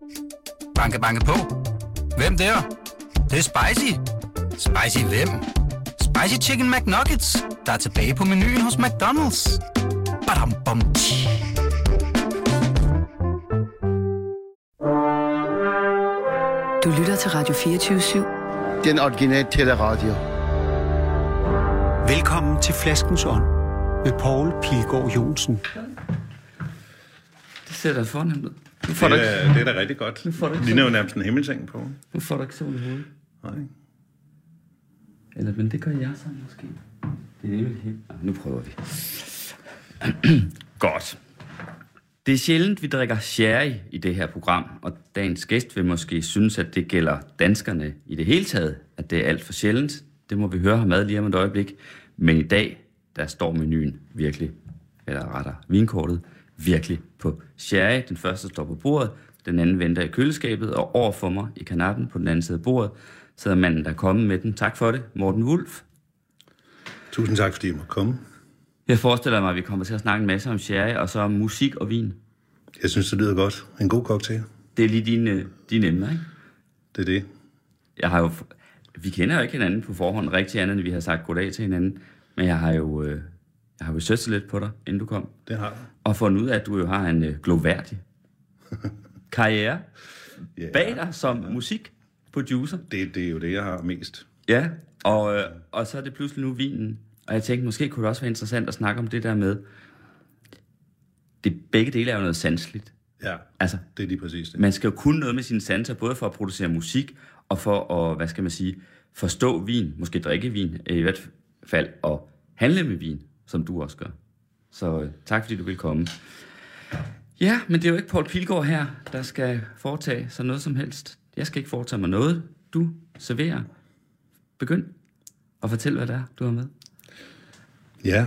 Banke, banke på. Hvem der? Det er spicy. Spicy hvem? Spicy Chicken McNuggets, der er tilbage på menuen hos McDonald's. Badum, bom, Du lytter til Radio 24/7. Den originale teleradio. Velkommen til Flaskens Ånd med Poul Pilgaard Johnsen. Det ser da fornemt ud. Det er da rigtig godt. Det ligner jo nærmest en himmelseng på. Nu får du ikke sol i hovedet. Nej. Eller, men det gør jeg så måske. Det er nemlig helt... Nu prøver vi. Godt. Det er sjældent, vi drikker sherry i det her program, og dagens gæst vil måske synes, at det gælder danskerne i det hele taget, at det er alt for sjældent. Det må vi høre ham ad lige om et øjeblik. Men i dag, der står menuen virkelig, eller rettere vinkortet, virkelig på sherry. Den første står på bordet, den anden venter i køleskabet, og overfor mig i kanappen på den anden side af bordet sidder manden, der er kommet med den. Tak for det, Morten Wulff. Tusind tak, fordi I måtte komme. Jeg forestiller mig, at vi kommer til at snakke en masse om sherry, og så om musik og vin. Jeg synes, det lyder godt. En god cocktail. Det er lige dine emner, ikke? Det er det. Vi kender jo ikke hinanden på forhånd rigtig andet, end vi har sagt goddag til hinanden. Men jeg har jo researchet lidt på dig, inden du kom. Det har du. Og fundet ud af, at du jo har en gloværdig karriere bag dig som musikproducer. Det er jo det, jeg har mest. Ja, og så er det pludselig nu vinen. Og jeg tænkte, måske kunne det også være interessant at snakke om det der med, begge dele er jo noget sanseligt. Ja, altså, det er lige præcis det. Man skal jo kunne noget med sine sanser, både for at producere musik, og for at, forstå vin, måske drikke vin, i hvert fald, og handle med vin, som du også gør. Så tak, fordi du vil komme. Ja, men det er jo ikke Poul Pilgaard her, der skal foretage sig noget som helst. Jeg skal ikke foretage mig noget. Du serverer. Begynd og fortæl, hvad det er, du har med. Ja,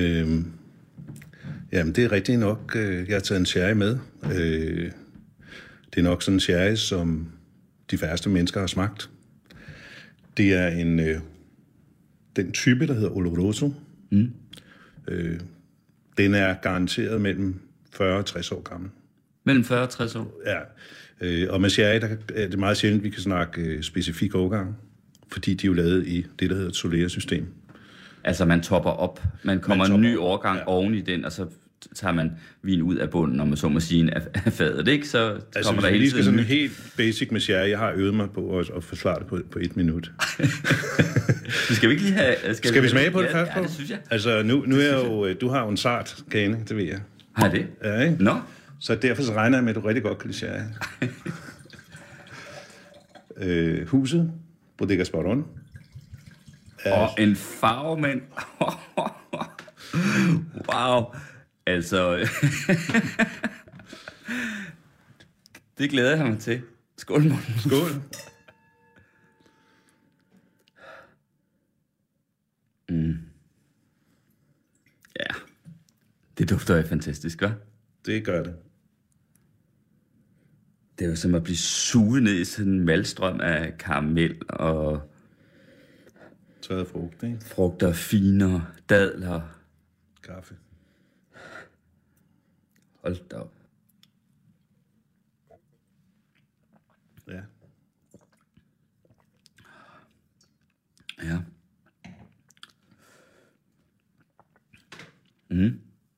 jamen det er rigtigt nok. Jeg har taget en sherry med. Det er nok sådan en sherry, som de færreste mennesker har smagt. Det er den type, der hedder Oloroso. Mm. Den er garanteret mellem 40 og 60 år gammel. Mellem 40 og 60 år? Ja. Og med sherry, der er det meget sjældent, vi kan snakke specifik årgang, fordi de er jo lavet i det, der hedder et Solera-system. Altså man topper op. Man kommer en ny årgang oven i den, og så tager man vin ud af bunden, om man så må sige, af fadet, ikke? Så altså, kommer der hele tiden sådan helt basic med sherry. Jeg har øvet mig på at forsvare det på 1 minut. Skal vi ikke lige have... Skal vi smage på det først? Ja, det synes jeg. Altså, nu er jo... Du har jo en sart kane, det ved jeg. Har det? Ja, ikke? Nå. Så derfor så regner jeg med, at du rigtig godt kan lide sherry. Huset, Bodega Sparron. Og en farvemand. Wow. Altså... det glæder jeg mig til. Skål, Morten. Skål. Ja. Det dufter jo fantastisk, hva'? Det gør det. Det er jo som at blive suget ned i sådan en malstrøm af karamel og... tørret frugt, ikke? Frugter, finer, dadler. Kaffe. Hold da op. Ja. Ja. Mm.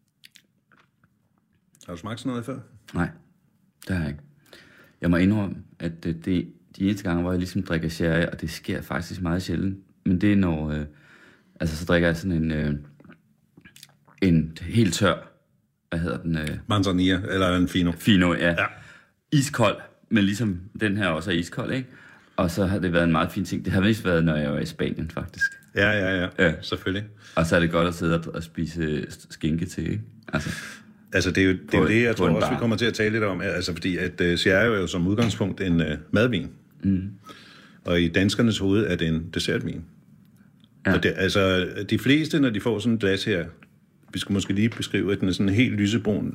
Har du smagt sådan noget før? Nej, det har jeg ikke. Jeg må indrømme, at de eneste gange, hvor jeg ligesom drikker sherry, og det sker faktisk meget sjældent, men det er når, så drikker jeg sådan en helt tør, hvad hedder den? Manzanilla, eller en Fino. Fino, ja. Iskold, men ligesom den her også er iskold, ikke? Og så har det været en meget fin ting. Det har vist været, når jeg var i Spanien, faktisk. Ja, selvfølgelig. Og så er det godt at sidde og spise skinke til, ikke? Altså det er jo det, jeg tror også, vi kommer til at tale lidt om. Altså fordi, at sherry er jo som udgangspunkt en madvin. Mm. Og i danskernes hoved er det en dessertvin. Ja. Og det, altså, de fleste, når de får sådan et glas her, vi skal måske lige beskrive, at den er sådan helt lysebrun,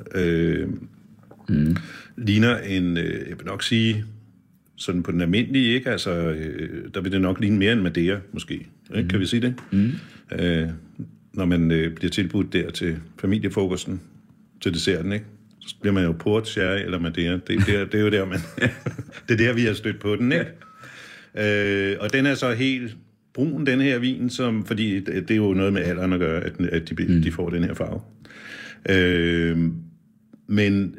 ligner en, jeg vil nok sige, sådan på den almindelige, ikke? Altså, der vil det nok ligne mere end Madeira, måske. Ikke? Kan vi sige det? Mm. Når man bliver tilbudt der til familiefrokosten, til desserten, ikke? Så bliver man jo port, sherry eller madeira. Det er jo der, man... det er der, vi har stødt på den, ikke? Og den er så helt brun, den her vin, fordi det er jo noget med alderen at gøre, at de får den her farve. Men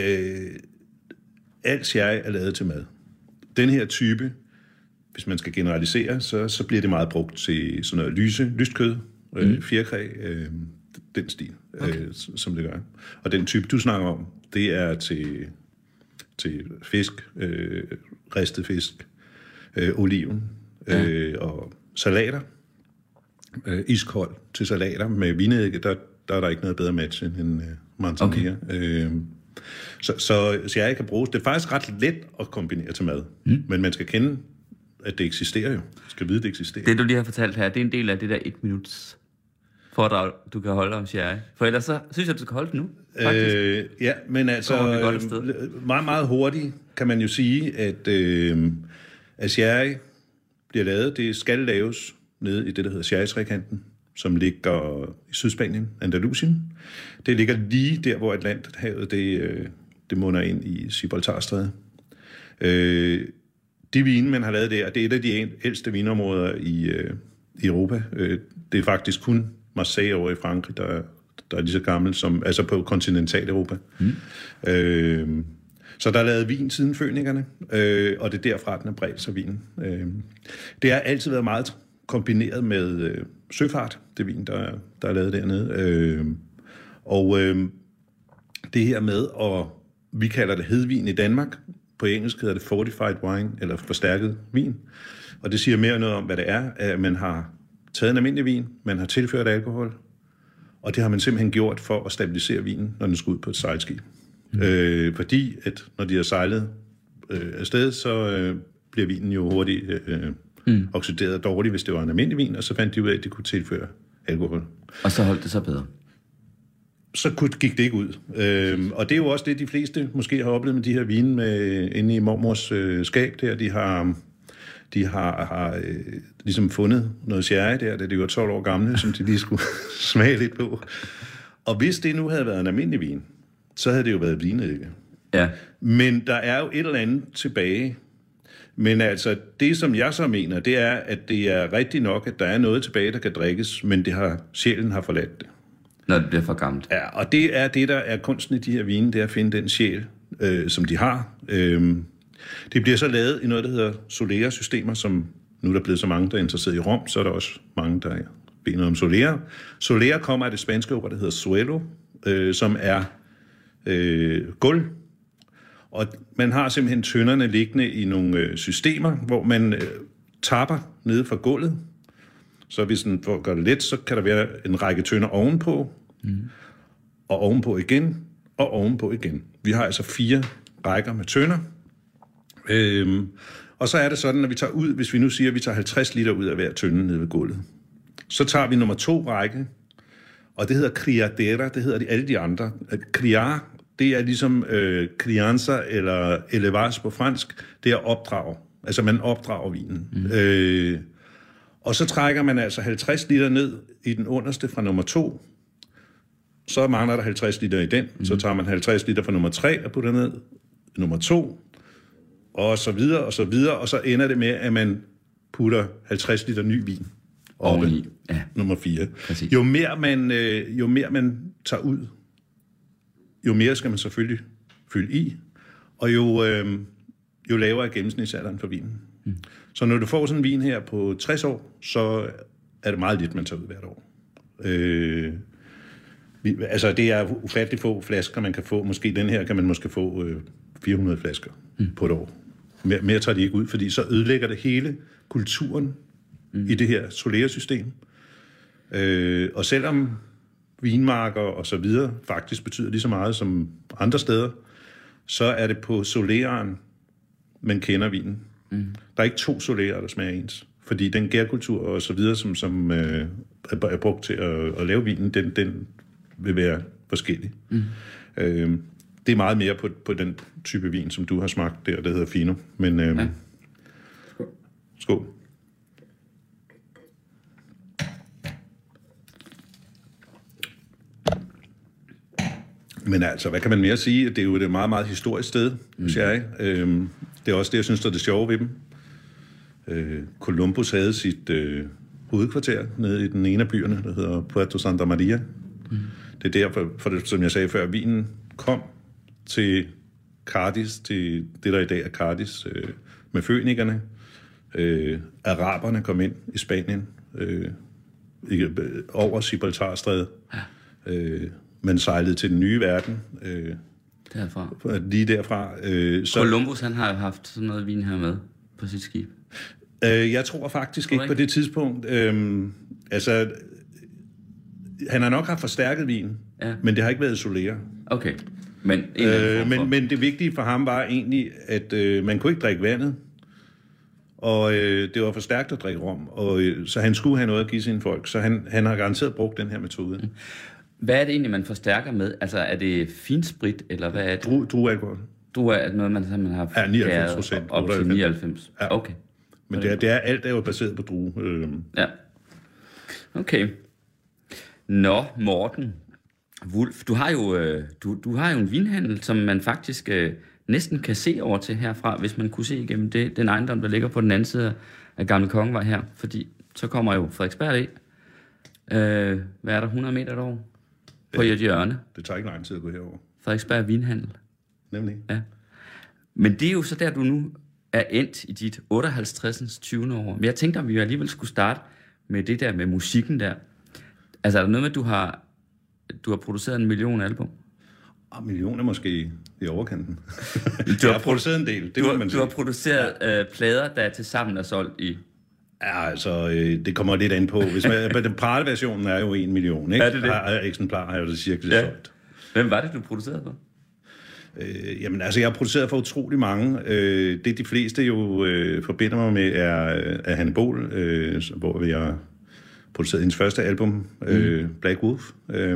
alt sherry er lavet til mad. Den her type, hvis man skal generalisere, så bliver det meget brugt til sådan noget lyst kød, fjerkræ, den stil, som det gør. Og den type, du snakker om, det er til fisk, ristet fisk, oliven og salater. Iskold til salater med vinedike, der er der ikke noget bedre match end manzanilla. Okay. Så sherry kan bruges. Det er faktisk ret let at kombinere til mad, men man skal kende, at det eksisterer jo. Man skal vide, at det eksisterer. Det, du lige har fortalt her, det er en del af det der 1 minuts foredrag, du kan holde om sherry. For ellers så synes jeg, du skal holde det nu, faktisk. Ja, men altså meget, meget hurtigt kan man jo sige, at sherry bliver lavet. Det skal laves nede i det, der hedder sherry-trekanten, som ligger i Sydspanien, Andalusien. Det ligger lige der, hvor Atlanterhavet det munder ind i Gibraltarstrædet. De vine, man har lavet der, det er et af de ældste vinområder i Europa. Det er faktisk kun Marseille over i Frankrig, der er lige så gammel som altså på kontinentaleuropa. Så der er lavet vin siden fønikerne, og det er derfra, den er bredt sig vinen. Det har altid været meget kombineret med søfart, det vin, der er lavet dernede. Det her med, og vi kalder det hedvin i Danmark, på engelsk hedder det fortified wine, eller forstærket vin. Og det siger mere noget om, hvad det er, at man har taget en almindelig vin, man har tilført alkohol, og det har man simpelthen gjort for at stabilisere vinen, når den skal ud på et sejlskib. Fordi at når de har sejlet afsted, så bliver vinen jo hurtigt oxideret dårligt, hvis det var en almindelig vin, og så fandt de ud af, at de kunne tilføre alkohol. Og så holdt det så bedre? Så gik det ikke ud. Og det er jo også det, de fleste måske har oplevet med de her vine inde i mormors skab der. De har ligesom fundet noget sherry der, da de var 12 år gamle, som de lige skulle smage lidt på. Og hvis det nu havde været en almindelig vin, så havde det jo været vinedike. Ja. Men der er jo et eller andet tilbage. Men altså, det som jeg så mener, det er, at det er rigtigt nok, at der er noget tilbage, der kan drikkes, men sjælen har forladt det. Når det bliver for gammelt. Ja, og det er det, der er kunsten i de her vine, det er at finde den sjæl, som de har. Det bliver så lavet i noget, der hedder Solera-systemer, som nu er der blevet så mange, der er interesseret i rom, så er der også mange, der ved noget om Solera. Solera kommer af det spanske ord, der hedder suelo, som er gulv. Og man har simpelthen tønderne liggende i nogle systemer, hvor man tapper nede fra gulvet. Så hvis den for at gøre det let, så kan der være en række tønder ovenpå, og ovenpå igen, og ovenpå igen. Vi har altså 4 rækker med tønder. Og så er det sådan, at vi tager ud, hvis vi nu siger, at vi tager 50 liter ud af hver tønde nede ved gulvet. Så tager vi nummer 2 række, og det hedder criadera, det hedder alle de andre. Criar, det er ligesom crianza eller élevage på fransk, det er opdrag. Altså man opdrager vinen. Og så trækker man altså 50 liter ned i den underste fra nummer 2. Så mangler der 50 liter i den. Så tager man 50 liter fra nummer 3 og putter ned i nummer 2. Og så videre, og så videre. Og så ender det med, at man putter 50 liter ny vin oppe. Ja. Nummer 4. Præcis. Jo mere man tager ud, jo mere skal man selvfølgelig fylde i. Og jo lavere er gennemsnitsalderen for vinen. Så når du får sådan en vin her på 60 år, så er det meget lidt, man tager ud hvert år. Altså, det er ufattelig få flasker, man kan få. Måske den her kan man måske få 400 flasker på et år. Mere tager de ikke ud, fordi så ødelægger det hele kulturen i det her Solera-system. Og selvom vinmarker og så videre faktisk betyder lige så meget som andre steder, så er det på Soleraen, man kender vinen. Der er ikke 2 Soleraer, der smager ens. Fordi den gærkultur og så videre, som er brugt til at lave vinen, den vil være forskellig. Det er meget mere på den type vin, som du har smagt der hedder Fino. Men ja. Skål. Men altså, hvad kan man mere sige? Det er jo et meget, meget historisk sted, synes jeg. Det er også det, jeg synes, der er det sjove ved dem. Columbus havde sit hovedkvarter nede i den ene af byerne, der hedder Puerto Santa Maria. Det er derfor, for det, som jeg sagde før, vinen kom til Cadiz, til det, der i dag er Cadiz, med fønikerne. Araberne kom ind i Spanien over Gibraltarstrædet. Man sejlede til den nye verden. Derfra? Lige derfra. Columbus, han har jo haft sådan noget vin her med på sit skib. Jeg tror faktisk ikke på det tidspunkt. Altså, han har nok haft forstærket vin, men det har ikke været Solera. Okay. Men det vigtige for ham var egentlig, at man kunne ikke drikke vandet, og det var for stærkt at drikke rom, og så han skulle have noget at give sine folk, så han har garanteret brugt den her metode. Hvad er det egentlig, man forstærker med? Altså, er det finsprit, eller hvad er det? Druealkohol. Druer er noget, man har 99%. Op til 99. Ja. Okay. Men alt er jo baseret på drue. Ja. Okay. Nå, Morten Wulff, du har jo en vinhandel, som man faktisk næsten kan se over til herfra, hvis man kunne se igennem den ejendom, der ligger på den anden side af Gamle Kongevej her. Fordi så kommer jo Frederiksberg af. Hvad er der, 100 meter derovre? På et hjørne. Det tager ikke lang tid at gå herover. Frederiksberg Vinhandel. Nemlig. Ja. Men det er jo så der, du nu er endt i dit 58. 20. år. Men jeg tænkte, at vi alligevel skulle starte med det der med musikken der. Altså, er der noget med, at du har produceret 1 million album? Millioner måske i overkanten. Du har produceret en del, det må man sige. Du har produceret plader, der til sammen er solgt i... Ja, altså, det kommer lidt an på. Hvis man, den prale-versionen er jo 1 million, ikke? Er det? Eksemplarer har jo det cirka solgt. Hvem var det, du producerede for? Jamen, altså, jeg har produceret for utrolig mange. Det de fleste jo forbinder mig med, er Hanne Bohl, hvor vi har produceret hendes første album, Black Wolf.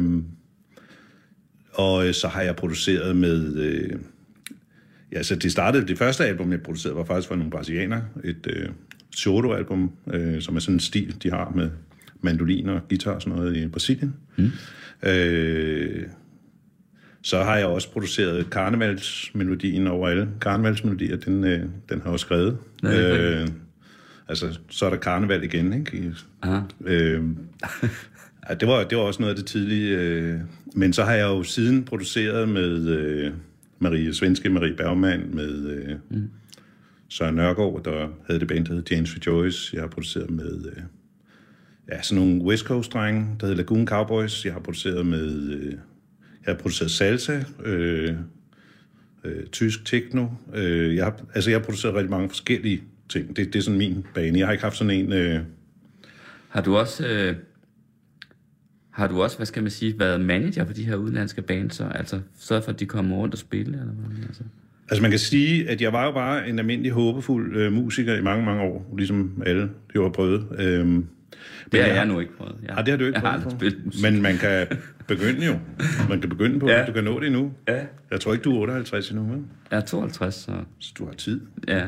Og så har jeg produceret med... så det første album, jeg producerede, var faktisk for nogle brasilianere. Et Choro-album, som er sådan en stil, de har med mandolin og guitar og sådan noget i Brasilien. Så har jeg også produceret karnevalsmelodien over alle. Karnevalsmelodier, den har jeg også skrevet. Altså, så er der karneval igen, ikke? Det var også noget af det tidlige. Men så har jeg jo siden produceret med svenske Marie Bergman, med Søren Nørgaard, der havde det band, der hed James for Joyce. Jeg har produceret med sådan nogle West Coast-drenge, der hedder Lagoon Cowboys. Jeg har produceret salsa, tysk techno. Jeg har produceret rigtig mange forskellige ting. Det er sådan min bane. Jeg har ikke haft sådan en... Har du også, hvad skal man sige, været manager for de her udenlandske bands, altså sørget for, at de kommer rundt og spille, eller hvad? Altså man kan sige, at jeg var jo bare en almindelig håbefuld musiker i mange, mange år, ligesom alle jo har prøvet. Det har jeg nu ikke prøvet. Det har du ikke prøvet. Men man kan begynde jo. Man kan begynde på, du kan nå det endnu. Ja. Jeg tror ikke, du er 58 endnu, vel? Jeg er 52, så du har tid. Ja.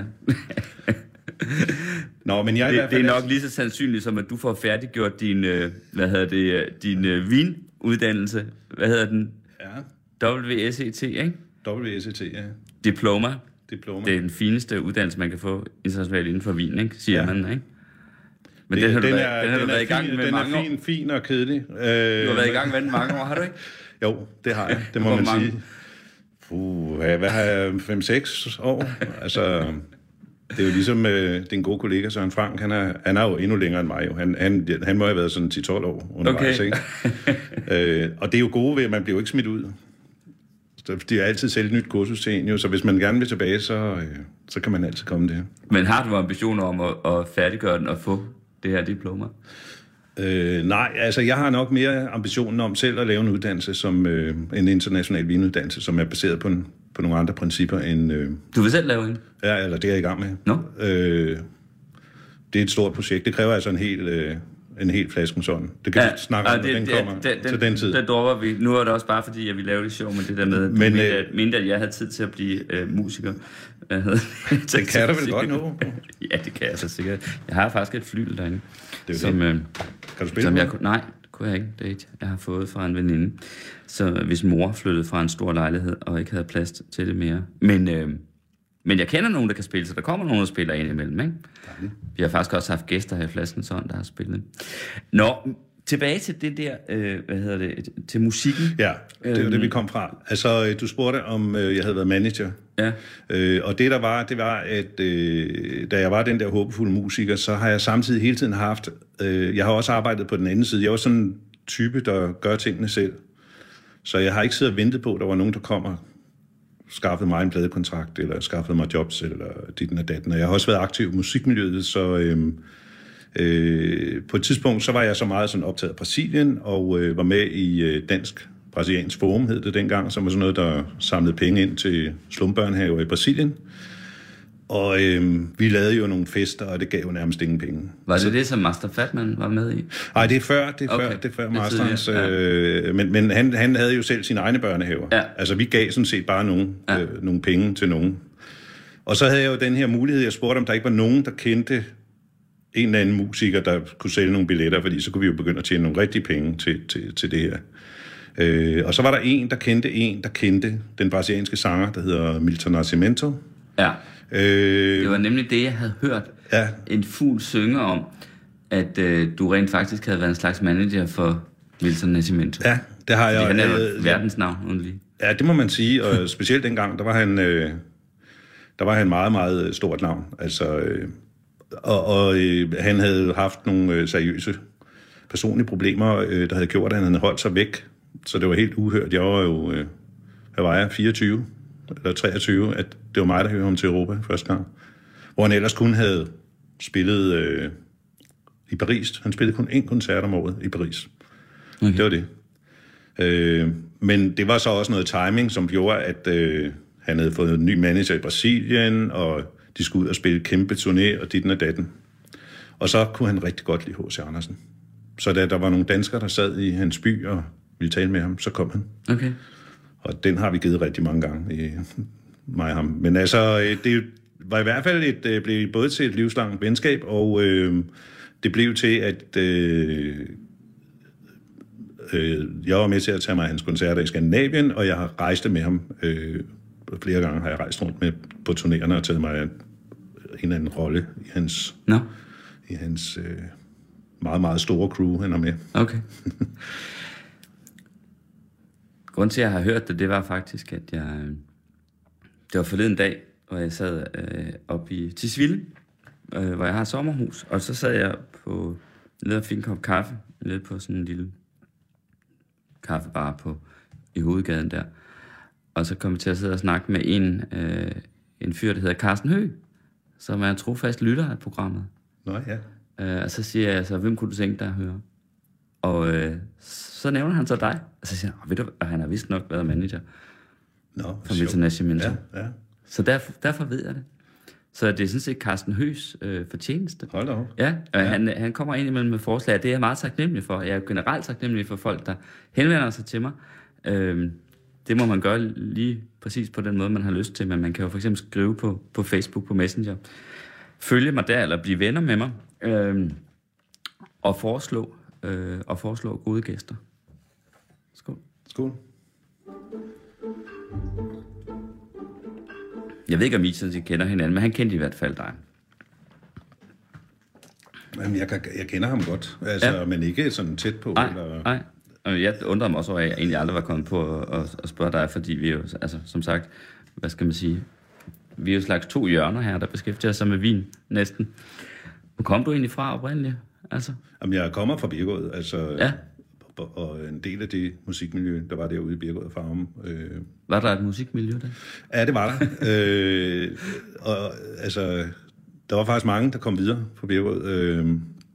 Nå, men jeg det er nok lige så sandsynligt, som at du får færdiggjort din, din vinuddannelse. Hvad hedder den? Ja. WSET, ikke? WSET, ja. Diploma. Det er den fineste uddannelse, man kan få internationalt inden for vin, ikke? Siger man, ikke? Men den har du været i gang med mange år. Den er fin og kedelig. Du har været i gang med den mange år, har du ikke? Jo, det har jeg. Det må man sige. Hvad har jeg? 5-6 år? Altså, det er jo ligesom din gode kollega Søren Frank. Han er jo endnu længere end mig. Jo. Han må have været sådan 10-12 år undervejs. Okay. Ikke? Og det er jo gode ved, at man bliver jo ikke smidt ud. De er altid selv et nyt kursus til en, jo, så hvis man gerne vil tilbage, så kan man altid komme der. Men har du ambitioner om at færdiggøre den og få det her diploma? Nej, altså jeg har nok mere ambitionen om selv at lave en uddannelse, som en international vinuddannelse, som er baseret på nogle andre principper end... Du vil selv lave en? Ja, eller det er jeg i gang med. No? Det er et stort projekt. Det kræver altså en hel flaske sådan. Det kan vi snakke om, når den kommer til den tid. Den dropper vi. Nu er det også bare fordi, at vi lavede det sjov med det der med, mente, at jeg havde tid til at blive musiker. Det kan du vel godt nå? Ja, det kan jeg så sikkert. Jeg har faktisk et flyl derinde. Det er jo kan du spille som på? Nej, kunne jeg ikke date. Jeg har fået fra en veninde, så hvis mor flyttede fra en stor lejlighed og ikke havde plads til det mere. Men jeg kender nogen, der kan spille, så der kommer nogen, der spiller ind imellem, ikke? Dejligt. Vi har faktisk også haft gæster her i Flasken, sådan, der har spillet. Nå, tilbage til det der, til musikken. Ja, det er jo det, vi kom fra. Altså, du spurgte, om jeg havde været manager. Ja. Og det der var, det var, at da jeg var den der håbefulde musiker, så har jeg samtidig hele tiden haft... jeg har også arbejdet på den anden side. Jeg var sådan en type, der gør tingene selv. Så jeg har ikke siddet og ventet på, at der var nogen, der kommer skaffede mig en pladekontrakt, eller skaffede mig jobs, eller ditten og datten. Og jeg har også været aktiv i musikmiljøet, så på et tidspunkt, så var jeg så meget sådan optaget af Brasilien, og var med i Dansk-Brasiliansk Forum, hed det dengang, som var sådan noget, der samlede penge ind til slumbørnehaver i Brasilien. Og vi lavede jo nogle fester, og det gav jo nærmest ingen penge. Var det som Master Fatman var med i? Nej, det er før Masterens. Ja. Men han havde jo selv sine egne børnehaver. Ja. Altså, vi gav sådan set bare nogle penge til nogen. Og så havde jeg jo den her mulighed, jeg spurgte, om der ikke var nogen, der kendte en eller anden musiker, der kunne sælge nogle billetter, fordi så kunne vi jo begynde at tjene nogle rigtige penge til det her. Og så var der en, der kendte den brasilianske sanger, der hedder Milton Nascimento. Ja. Det var nemlig det, jeg havde hørt en fugl synge om, at du rent faktisk havde været en slags manager for Milton Nascimento. Ja, det har jeg. Han er verdensnavn, undelig. Ja, det må man sige, og specielt dengang, der var han meget, meget stort navn. Altså, han havde haft nogle seriøse personlige problemer, der havde gjort, at han havde holdt sig væk. Så det var helt uhørt. Jeg var jo, 24 eller 23, at det var mig, der hørte ham til Europa første gang. Hvor han ellers kun havde spillet i Paris. Han spillede kun én koncert om året i Paris. Okay. Det var det. Men det var så også noget timing, som gjorde, at han havde fået en ny manager i Brasilien, og de skulle ud og spille kæmpe turné, og ditten og datten. Og så kunne han rigtig godt lide H.C. Andersen. Så da der var nogle danskere, der sad i hans by og ville tale med ham, så kom han. Okay. Og den har vi givet rigtig mange gange i mig og ham. Men altså, det var i hvert fald blev både til et livslangt venskab, og det blev til, at jeg var med til at tage mig af hans koncerter i Skandinavien, og jeg har rejst med ham. Flere gange har jeg rejst rundt med på turnéerne og taget mig en eller anden rolle i hans meget, meget store crew, han er med. Okay. Grunden til, at jeg har hørt det, det var faktisk, at det var forleden dag, hvor jeg sad oppe i Tisvilde, hvor jeg har et sommerhus, og så sad jeg nede og fik en kop kaffe, nede på sådan en lille kaffebar i hovedgaden der. Og så kom jeg til at sidde og snakke med en fyr, der hedder Carsten Høgh, som er en trofast lytter af programmet. Nå ja. Og så siger jeg så, hvem kunne du tænke dig at høre? Og så nævner han så dig. Og så siger han, ved du, han har vist nok været manager for Milton Nascimento. Ja. Så derfor ved jeg det. Så det er sådan set Carsten Høghs fortjeneste. Hold da op. Ja, og han kommer ind imellem med forslag, og det er jeg meget taknemmelig for. Jeg er generelt taknemmelig for folk, der henvender sig til mig. Det må man gøre lige præcis på den måde, man har lyst til. Men man kan jo for eksempel skrive på Facebook, på Messenger. Følge mig der, eller blive venner med mig. Og foreslå gode gæster. Skål. Skål. Jeg ved ikke, om I sådan kender hinanden, men han kendte i hvert fald dig. Jamen, jeg kender ham godt, altså, men ikke sådan tæt på. Nej. Og jeg undrede mig også over, at jeg egentlig aldrig var kommet på at spørge dig, fordi vi jo, altså, som sagt, hvad skal man sige, vi er jo slags 2 hjørner her, der beskæftiger sig med vin næsten. Hvor kom du egentlig fra oprindeligt? Altså? Jamen, jeg kommer fra Birkerød, altså, og en del af det musikmiljø, der var derude i Birkerød og Farum. Var der et musikmiljø der? Ja, det var der. Og altså, der var faktisk mange, der kom videre fra Birkerød.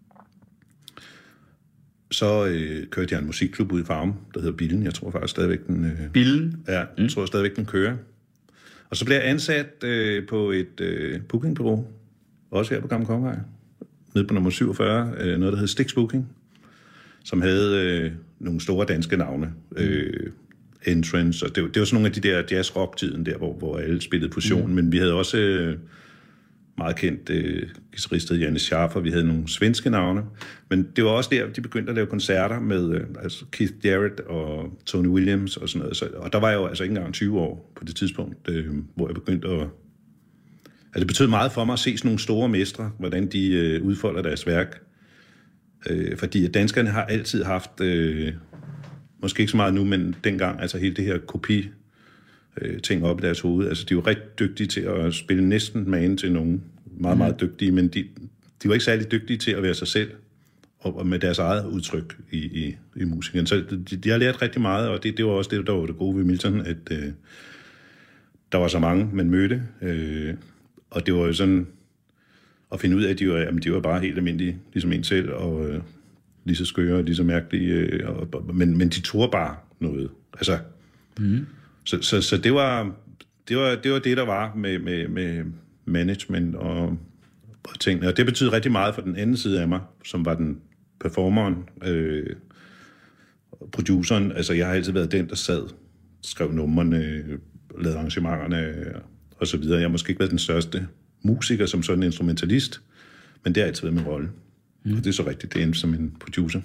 Så kørte jeg en musikklub ude i Farum, der hedder Billen. Jeg tror faktisk stadigvæk den... Billen? Ja, jeg tror stadigvæk den kører. Og så blev jeg ansat på et bookingbureau, også her på Gamle Kongevej, nede på nummer 47, noget der hed Stix Booking, som havde nogle store danske navne. Entrance, og det var sådan nogle af de der jazz-rock-tiden der, hvor alle spillede fusion, men vi havde også meget kendt guitarist hed Janne Schaffer. Vi havde nogle svenske navne. Men det var også der, de begyndte at lave koncerter med altså Keith Jarrett og Tony Williams og sådan noget. Og der var jeg jo altså ikke engang 20 år på det tidspunkt, hvor jeg begyndte at... Altså det betød meget for mig at se sådan nogle store mestre, hvordan de udfolder deres værk. Fordi danskerne har altid haft, måske ikke så meget nu, men dengang, altså hele det her kopi ting op i deres hoved. Altså de var rigtig dygtige til at spille næsten magen til nogen. Meget, meget dygtige, men de var ikke særlig dygtige til at være sig selv og med deres eget udtryk i musikken. Så de har lært rigtig meget, og det var også det, der var det gode ved Milton, at der var så mange, man mødte. Og det var jo sådan at finde ud af, at de var bare helt almindelige, ligesom en selv, og lige så skøre og lige så mærkelige. Men de turde bare noget. Altså, så det var det, der var med management og tingene. Og det betyder rigtig meget for den anden side af mig, som var den performeren, produceren. Altså, jeg har altid været den, der sad, skrev numrene, lavede arrangementerne og så videre. Jeg har måske ikke været den største musiker som sådan en instrumentalist, men det har altid været min rolle. Og det er så rigtigt, det endte som en producer.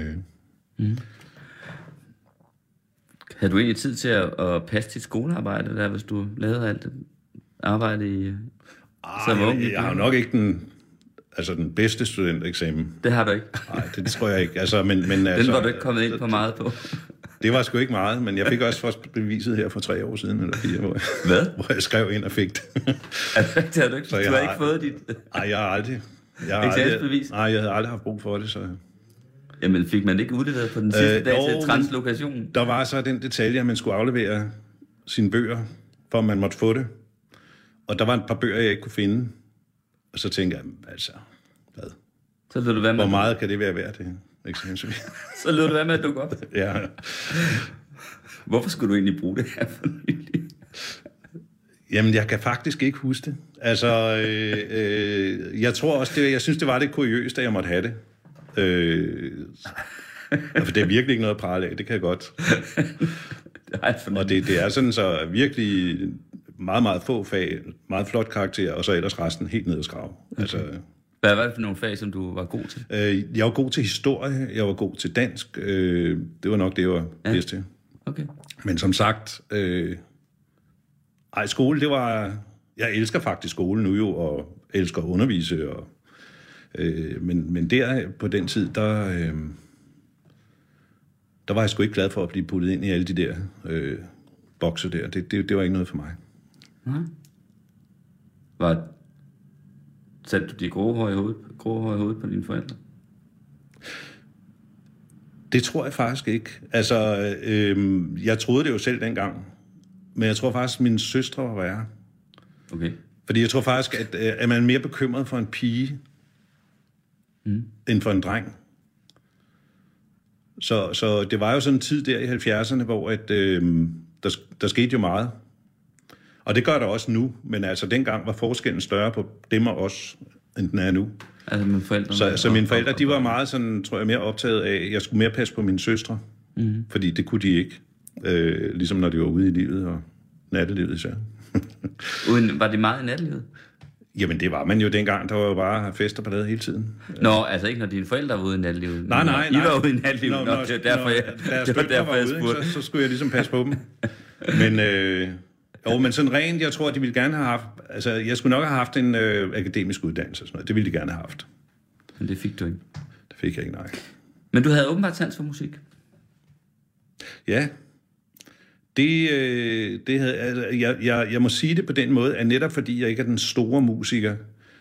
Havde du egentlig tid til at passe dit skolearbejde der, hvis du lavede alt det arbejde i... Jeg har nok ikke den bedste studentereksamen. Det har du ikke? Nej, det tror jeg ikke. Altså, men den var du ikke kommet ind på meget på? Det var sgu ikke meget, men jeg fik også først beviset her for 3 år siden, eller 4 år. Hvad? Hvor jeg skrev ind og fik det. Det har du ikke? Du har ikke fået dit... Nej, jeg har aldrig... Eksamensbevis? Jeg havde aldrig haft brug for det, så... Jamen, fik man ikke udleveret på den sidste dag til translokationen? Der var så den detalje, at man skulle aflevere sine bøger, for at man måtte få det. Og der var et par bøger, jeg ikke kunne finde. Og så tænkte jeg, altså, hvad? Så lød du være med. Hvor meget kan det være værd, det eksamensbevis? Så lød du være med at dukke op? Ja. Hvorfor skulle du egentlig bruge det her for nylig? Jamen, jeg kan faktisk ikke huske det. Altså, jeg tror også, jeg synes, det var lidt kuriøst, at jeg måtte have det. For det er virkelig ikke noget at prale af, det kan jeg godt. Og det er sådan så virkelig meget, meget få fag, meget flot karakter, og så ellers resten helt ned og skrave. Okay. Altså, hvad var det for nogle fag, som du var god til? Jeg var god til historie, jeg var god til dansk. Det var nok det, jeg var bedst til. Okay. Men som sagt, skole, det var... Jeg elsker faktisk skole nu jo, og elsker at undervise, men der på den tid, der var jeg sgu ikke glad for at blive puttet ind i alle de der bokse der. Det var ikke noget for mig. Satte du de grå hår i hovedet på dine forældre? Det tror jeg faktisk ikke. Altså, jeg troede det jo selv dengang, men jeg tror faktisk, at mine søstre var værre. Okay. Fordi jeg tror faktisk, at man er mere bekymret for en pige, end for en dreng. Så det var jo sådan en tid der i 70'erne, hvor der skete jo meget. Og det gør der også nu, men altså dengang var forskellen større på dem og os, end den er nu. Altså mine forældre? Så mine forældre, de var meget sådan, tror jeg, mere optaget af, at jeg skulle mere passe på mine søstre, fordi det kunne de ikke. Ligesom når de var ude i livet og nattelivet især. Var det meget i nattelivet? Jamen, det var man jo dengang. Der var jo bare fester på det hele tiden. Nå, altså ikke når dine forældre var ude i nattelivet. Nej. I var ude i nattelivet. Det var derfor, jeg spurgte. Så skulle jeg ligesom passe på dem. Men sådan rent, jeg tror, at de ville gerne have haft... Altså, jeg skulle nok have haft en akademisk uddannelse. Sådan noget. Det ville de gerne have haft. Men det fik du ikke? Det fik jeg ikke, nej. Men du havde åbenbart sans for musik? Ja. Det havde, altså, jeg må sige det på den måde, at netop fordi jeg ikke er den store musiker,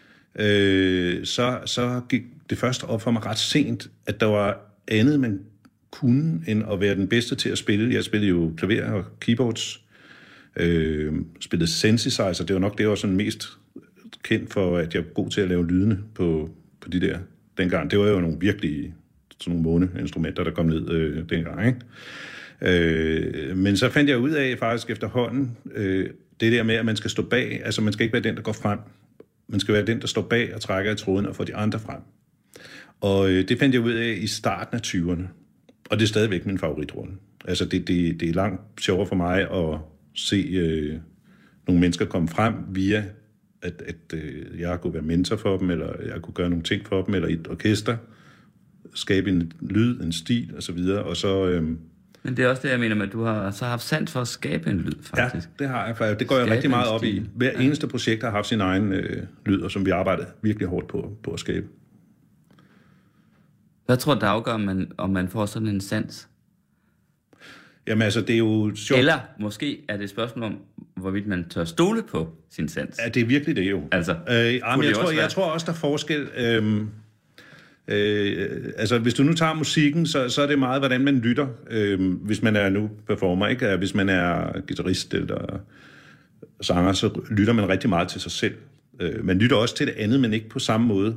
så gik det først op for mig ret sent, at der var andet, man kunne, end at være den bedste til at spille. Jeg spillede jo klaver og keyboards, spillede synthesizer, det var nok det, jeg var sådan mest kendt for, at jeg var god til at lave lydene på de der dengang. Det var jo nogle virkelig sådan nogle måneinstrumenter, der kom ned dengang, ikke? Men så fandt jeg ud af faktisk efterhånden, det der med, at man skal stå bag, altså man skal ikke være den, der går frem. Man skal være den, der står bag og trækker i tråden og får de andre frem. Og det fandt jeg ud af i starten af 20'erne. Og det er stadigvæk min favoritrolle. Altså det er langt sjovere for mig at se nogle mennesker komme frem via at jeg kunne være mentor for dem, eller jeg kunne gøre nogle ting for dem, eller i et orkester, skabe en lyd, en stil, og så videre, og så... Men det er også det, jeg mener med, at du har så haft sandt for at skabe en lyd, faktisk. Ja, det har jeg, for det går jeg rigtig meget op i. Hver eneste projekt har haft sin egen lyd, og som vi arbejder virkelig hårdt på at skabe. Hvad tror du, der afgør, om man får sådan en sans? Jamen altså, det er jo sjovt. Eller måske er det et spørgsmål om, hvorvidt man tør stole på sin sans. Ja, det er virkelig det jo. Altså, jeg tror også, der er forskel. Altså, hvis du nu tager musikken, så er det meget, hvordan man lytter. Hvis man er nu performer, ikke? Hvis man er guitarist eller sanger, så lytter man rigtig meget til sig selv. Man lytter også til det andet, men ikke på samme måde.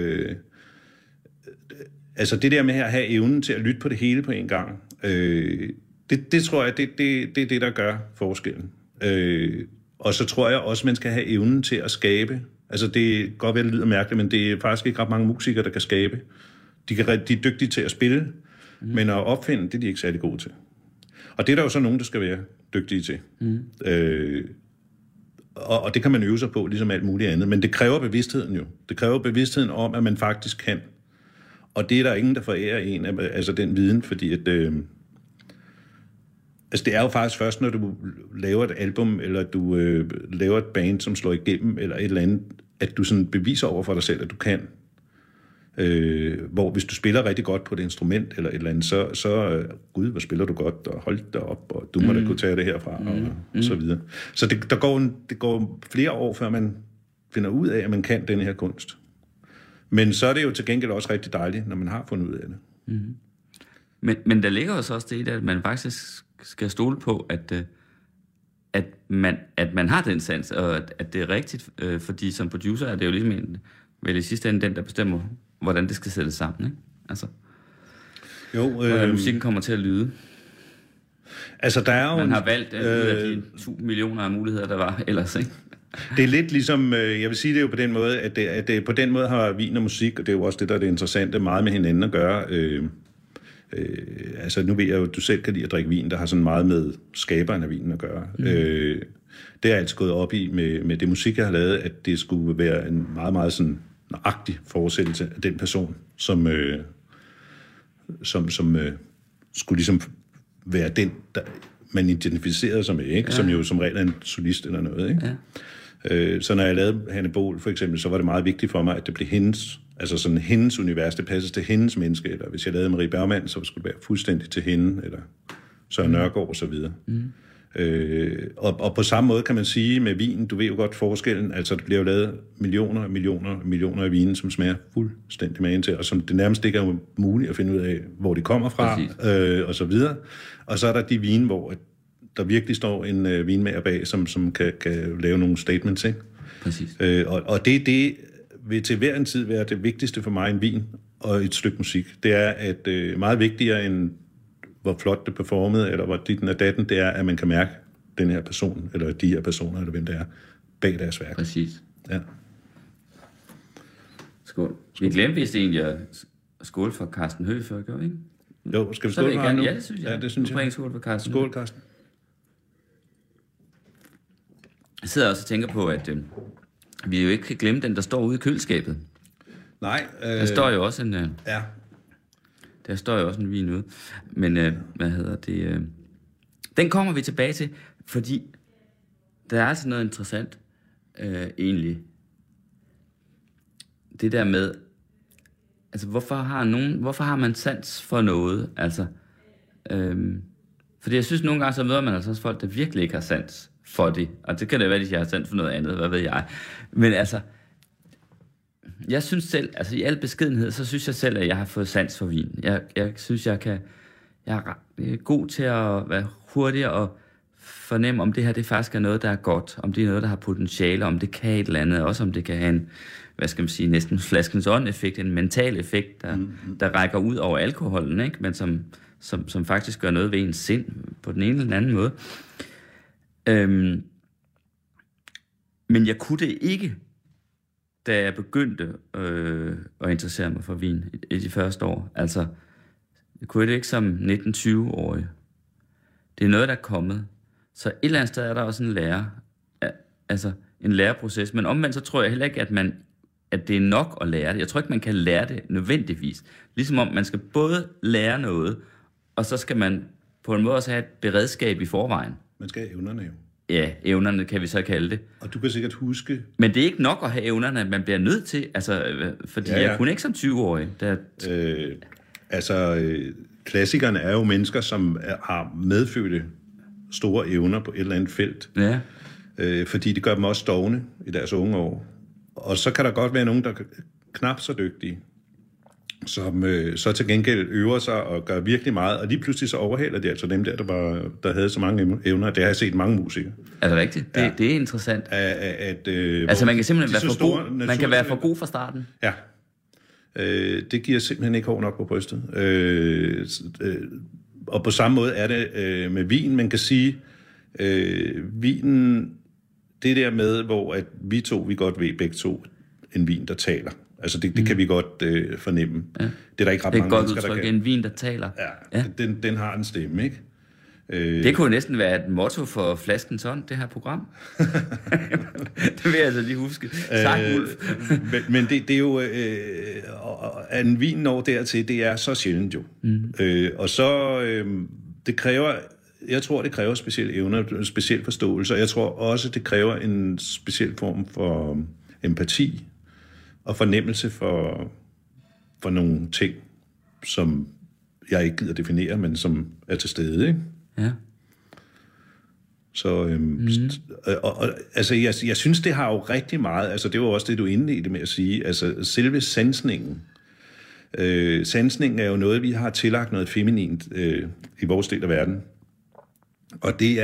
Altså, det der med at have evnen til at lytte på det hele på en gang, det tror jeg, det er det, der gør forskellen. Og så tror jeg også, man skal have evnen til at skabe. Altså, det kan godt være, det lyder mærkeligt, men det er faktisk ikke ret mange musikere, der kan skabe. De er dygtige til at spille, men at opfinde, det er de ikke særlig gode til. Og det er der jo så nogen, der skal være dygtige til. Og det kan man øve sig på, ligesom alt muligt andet. Men det kræver bevidstheden jo. Det kræver bevidstheden om, at man faktisk kan. Og det er der ingen, der forærer en, altså den viden, fordi at... Altså, det er jo faktisk først, når du laver et album, eller du laver et band, som slår igennem, eller et eller andet, at du sådan beviser over for dig selv, at du kan. Hvor hvis du spiller rigtig godt på et instrument, eller et eller andet, så gud, hvor spiller du godt, og hold dig op, og du må da kunne tage det herfra, og så videre. Så det går flere år, før man finder ud af, at man kan den her kunst. Men så er det jo til gengæld også rigtig dejligt, når man har fundet ud af det. Men der ligger også det i det, at man faktisk skal stole på, at man har den sans, og at det er rigtigt, fordi som producer er det jo ligesom vel i sidste ende den, der bestemmer, hvordan det skal sættes sammen, ikke? Altså, hvordan musikken kommer til at lyde. Altså, der er jo man har valgt ud af de 2 millioner af muligheder, der var ellers, ikke? Det er lidt ligesom, jeg vil sige det jo på den måde, at det på den måde har vin og musik, og det er jo også det, der er det interessante, meget med hinanden at gøre. Altså nu ved jeg jo, at du selv kan lide at drikke vin, der har sådan meget med skaberen af vinen at gøre. Det er jeg altid gået op i med det musik, jeg har lavet, at det skulle være en meget, meget sådan nøjagtig forestillelse af den person, som skulle ligesom være den, der man identificerede sig med, ikke? Ja. Som jo som regel er en solist eller noget, ikke? Ja. Så når jeg lavede Hanne Bol, for eksempel, så var det meget vigtigt for mig, at det blev hendes, altså sådan hendes univers, det passes til hendes menneske, eller hvis jeg lavede Marie Bergman, så skulle det være fuldstændig til hende, eller Søren Nørgaard og så videre. Og på samme måde kan man sige med vin, du ved jo godt forskellen, altså der bliver jo lavet millioner af vine, som smager fuldstændig magen til, og som det nærmest ikke er muligt at finde ud af, hvor de kommer fra, og så videre. Og så er der de vine, hvor der virkelig står en vinmager bag, som kan lave nogle statements, ikke? Præcis. Og det vil til hver en tid være det vigtigste for mig, en vin og et stykke musik. Det er at meget vigtigere end hvor flot det performede, eller hvor dit og datten, det er, at man kan mærke den her person, eller de her personer, eller hvem det er, bag deres værk. Præcis. Ja. Skål. Vi glemte vist egentlig at skåle for Carsten Høgh før, gør vi ikke? Jo, skal vi skåle for ham nu? Ja, det synes jeg. Ja, det synes jeg. Skål for Carsten. Skål, Carsten. Jeg sidder også og tænker på, at vi jo ikke kan glemme den, der står ude i køleskabet. Nej. Der står jo også en... Ja. Der står jo også en vin ude. Men, hvad hedder det... Den kommer vi tilbage til, fordi der er altså noget interessant, egentlig. Det der med... Altså, hvorfor har man sans for noget? Altså... fordi jeg synes, nogle gange så møder man altså også folk, der virkelig ikke har sans for det. Og det kan det være, at jeg har sans for noget andet, hvad ved jeg. Men altså... Jeg synes selv, altså i al beskedenhed, så synes jeg selv, at jeg har fået sans for vin. Jeg synes, jeg er god til at være hurtig og fornemme, om det her det faktisk er noget, der er godt, om det er noget, der har potentiale, om det kan et eller andet, også om det kan have en, hvad skal man sige, næsten flaskens ånd-effekt, en mental effekt, der rækker ud over alkoholen, ikke? Men som faktisk gør noget ved ens sind på den ene eller den anden måde. Men jeg kunne det ikke, da jeg begyndte at interessere mig for vin i de første år. Altså, jeg kunne det ikke som 19-20-årig. Det er noget, der er kommet. Så et eller andet sted er der også en lærer. Altså, en læreproces, men omvendt så tror jeg heller ikke, at det er nok at lære det. Jeg tror ikke, man kan lære det nødvendigvis. Ligesom om man skal både lære noget, og så skal man på en måde også have et beredskab i forvejen. Man skal have evnerne jo. Ja, evnerne kan vi så kalde det. Og du kan sikkert huske... Men det er ikke nok at have evnerne, man bliver nødt til, altså, fordi jeg kunne ikke som 20-årig. Klassikerne er jo mennesker, som har medfødte store evner på et eller andet felt. Ja. Fordi det gør dem også dovne i deres unge år. Og så kan der godt være nogen, der er knap så dygtige, som så til gengæld øver sig og gør virkelig meget, og lige pludselig så overhaler de altså dem der havde så mange evner. Det har jeg set mange musikere. Er det rigtigt? Det er interessant. Altså man kan simpelthen være for god, man kan være for god fra starten? Ja. Det giver simpelthen ikke hår nok på brystet. Og på samme måde er det med vin. Man kan sige, vinen, det der med, hvor at vi godt ved begge to, en vin, der taler. Altså det kan vi godt fornemme. Ja. Det er der ikke ret mange mennesker, der kan. En vin, der taler. Ja. Den har en stemme, ikke? Det kunne næsten være et motto for Flaskens Ånd, det her program. Det vil jeg altså lige huske. Tak, Ulf. men det er jo... at en vin når dertil, det er så sjældent jo. Og så... det kræver... Jeg tror, det kræver specielle evner, speciel forståelse, og jeg tror også, det kræver en speciel form for empati og fornemmelse for nogle ting, som jeg ikke gider definere, men som er til stede, ikke? Ja. Så altså jeg synes, det har jo rigtig meget, altså det var også det, du indledte med at sige, altså selve sansningen. Sansningen er jo noget, vi har tillagt noget feminint i vores del af verden. Og det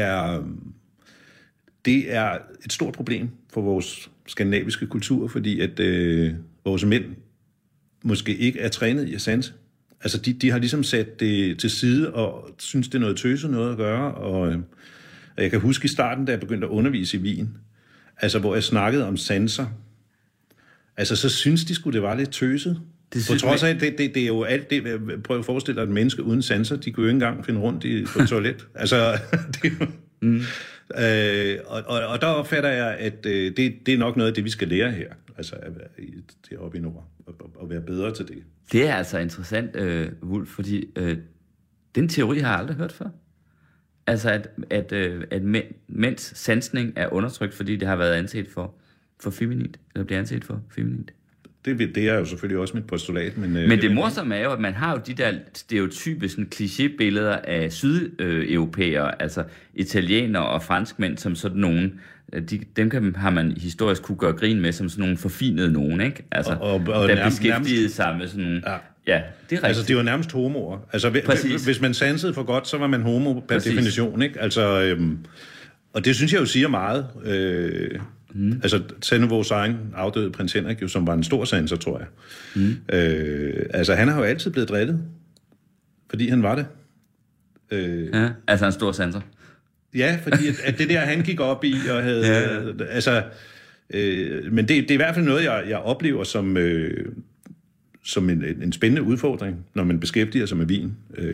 er et stort problem for vores skandinaviske kultur, fordi at vores mænd måske ikke er trænet i at sanse. Altså de har ligesom sat det til side og synes, det er noget tøset noget at gøre. Og jeg kan huske i starten, da jeg begyndte at undervise i vin, altså hvor jeg snakkede om sanser, altså så synes de sgu, det var lidt tøset. På trods af, det er jo alt det, prøv at forestille dig, at et menneske uden sanser, de kunne jo ikke engang finde rundt på et toilet. Altså, og der opfatter jeg, at det er nok noget af det, vi skal lære her, altså deroppe i nord, og være bedre til det. Det er altså interessant, Wulff, fordi den teori har jeg aldrig hørt før. Altså, at mænds sansning er undertrykt, fordi det har været anset for feminint, eller bliver anset for feminint. Det er jo selvfølgelig også mit postulat. Men det morsomme er jo, at man har jo de der stereotype klichébilleder af sydeuropæere, altså italienere og franskmænd, som sådan nogen. Dem har man historisk kunne gøre grin med som sådan nogle forfinede nogen, ikke? Altså, der beskæftigede sig med sådan nogle... Ja, det er rigtigt. Altså, det var nærmest homoer. Altså, hvis man sansede for godt, så var man homo per definition, ikke? Altså, og det synes jeg jo siger meget... Altså, tag nu vores egen afdøde prins Henrik, jo, som var en stor sanser, tror jeg. Altså, han har jo altid blevet drillet, fordi han var det. Ja, altså en stor sanser. Ja, fordi at det der, han gik op i, og havde... Altså, men det er i hvert fald noget, jeg oplever som en spændende udfordring, når man beskæftiger sig med vin.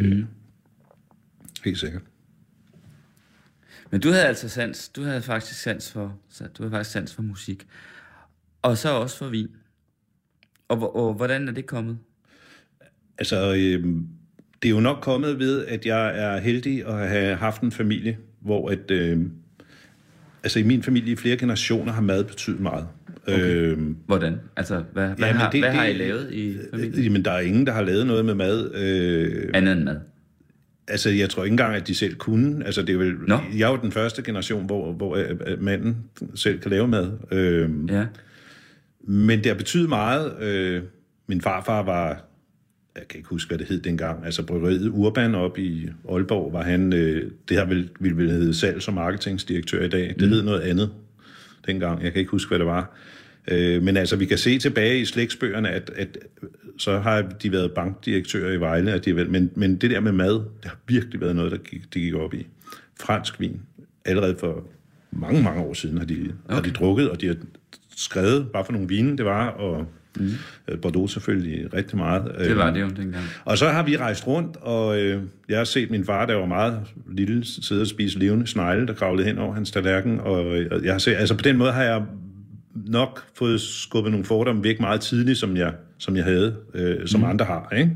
Helt sikkert. Men du havde altså du havde faktisk sans for musik. Og så også for vin. Og hvordan er det kommet? Altså, det er jo nok kommet ved, at jeg er heldig at have haft en familie, hvor at, altså i min familie i flere generationer har mad betydet meget. Okay. Hvordan? Altså, hvad har I lavet i familien? Jamen, der er ingen, der har lavet noget med mad. Andet end mad? Altså, jeg tror ikke engang, at de selv kunne. Altså, det er vel, jeg er jo den første generation, hvor manden selv kan lave mad. Ja. Men det har betydet meget. Min farfar var, jeg kan ikke huske, hvad det hed dengang, altså bryggeriet Urban op i Aalborg, var han, det her ville hedde salgs- og marketingsdirektør i dag. Det hed noget andet dengang, jeg kan ikke huske, hvad det var. Men altså, vi kan se tilbage i slægtsbøgerne, at så har de været bankdirektører i Vejle, men det der med mad, det har virkelig været noget, de gik op i. Fransk vin, allerede for mange, mange år siden har de drukket, og de har skrevet, bare for nogle vine det var, og Bordeaux selvfølgelig rigtig meget. Det var det jo dengang. Og så har vi rejst rundt, og jeg har set min far, der var meget lille, sidde og spise levende snegle, der kravlede hen over hans tallerken, og jeg har set, altså på den måde har jeg nok fået skubbet nogle fordomme væk meget tidligt, som jeg havde, som andre har, ikke?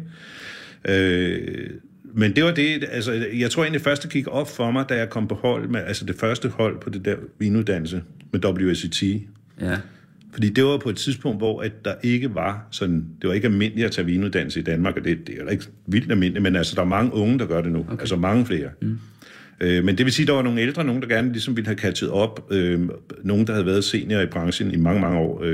Men det var det, altså jeg tror egentlig først det gik op for mig, da jeg kom på hold med, altså det første hold på det der vinuddannelse med WSET. Ja. Fordi det var på et tidspunkt, hvor at der ikke var sådan, det var ikke almindeligt at tage vinuddannelse i Danmark, og det er ikke vildt almindeligt, men altså der er mange unge, der gør det nu, altså mange flere. Men det vil sige, at der var nogle ældre, nogen der gerne ligesom ville have catchet op, nogen der havde været senior i branchen i mange, mange år.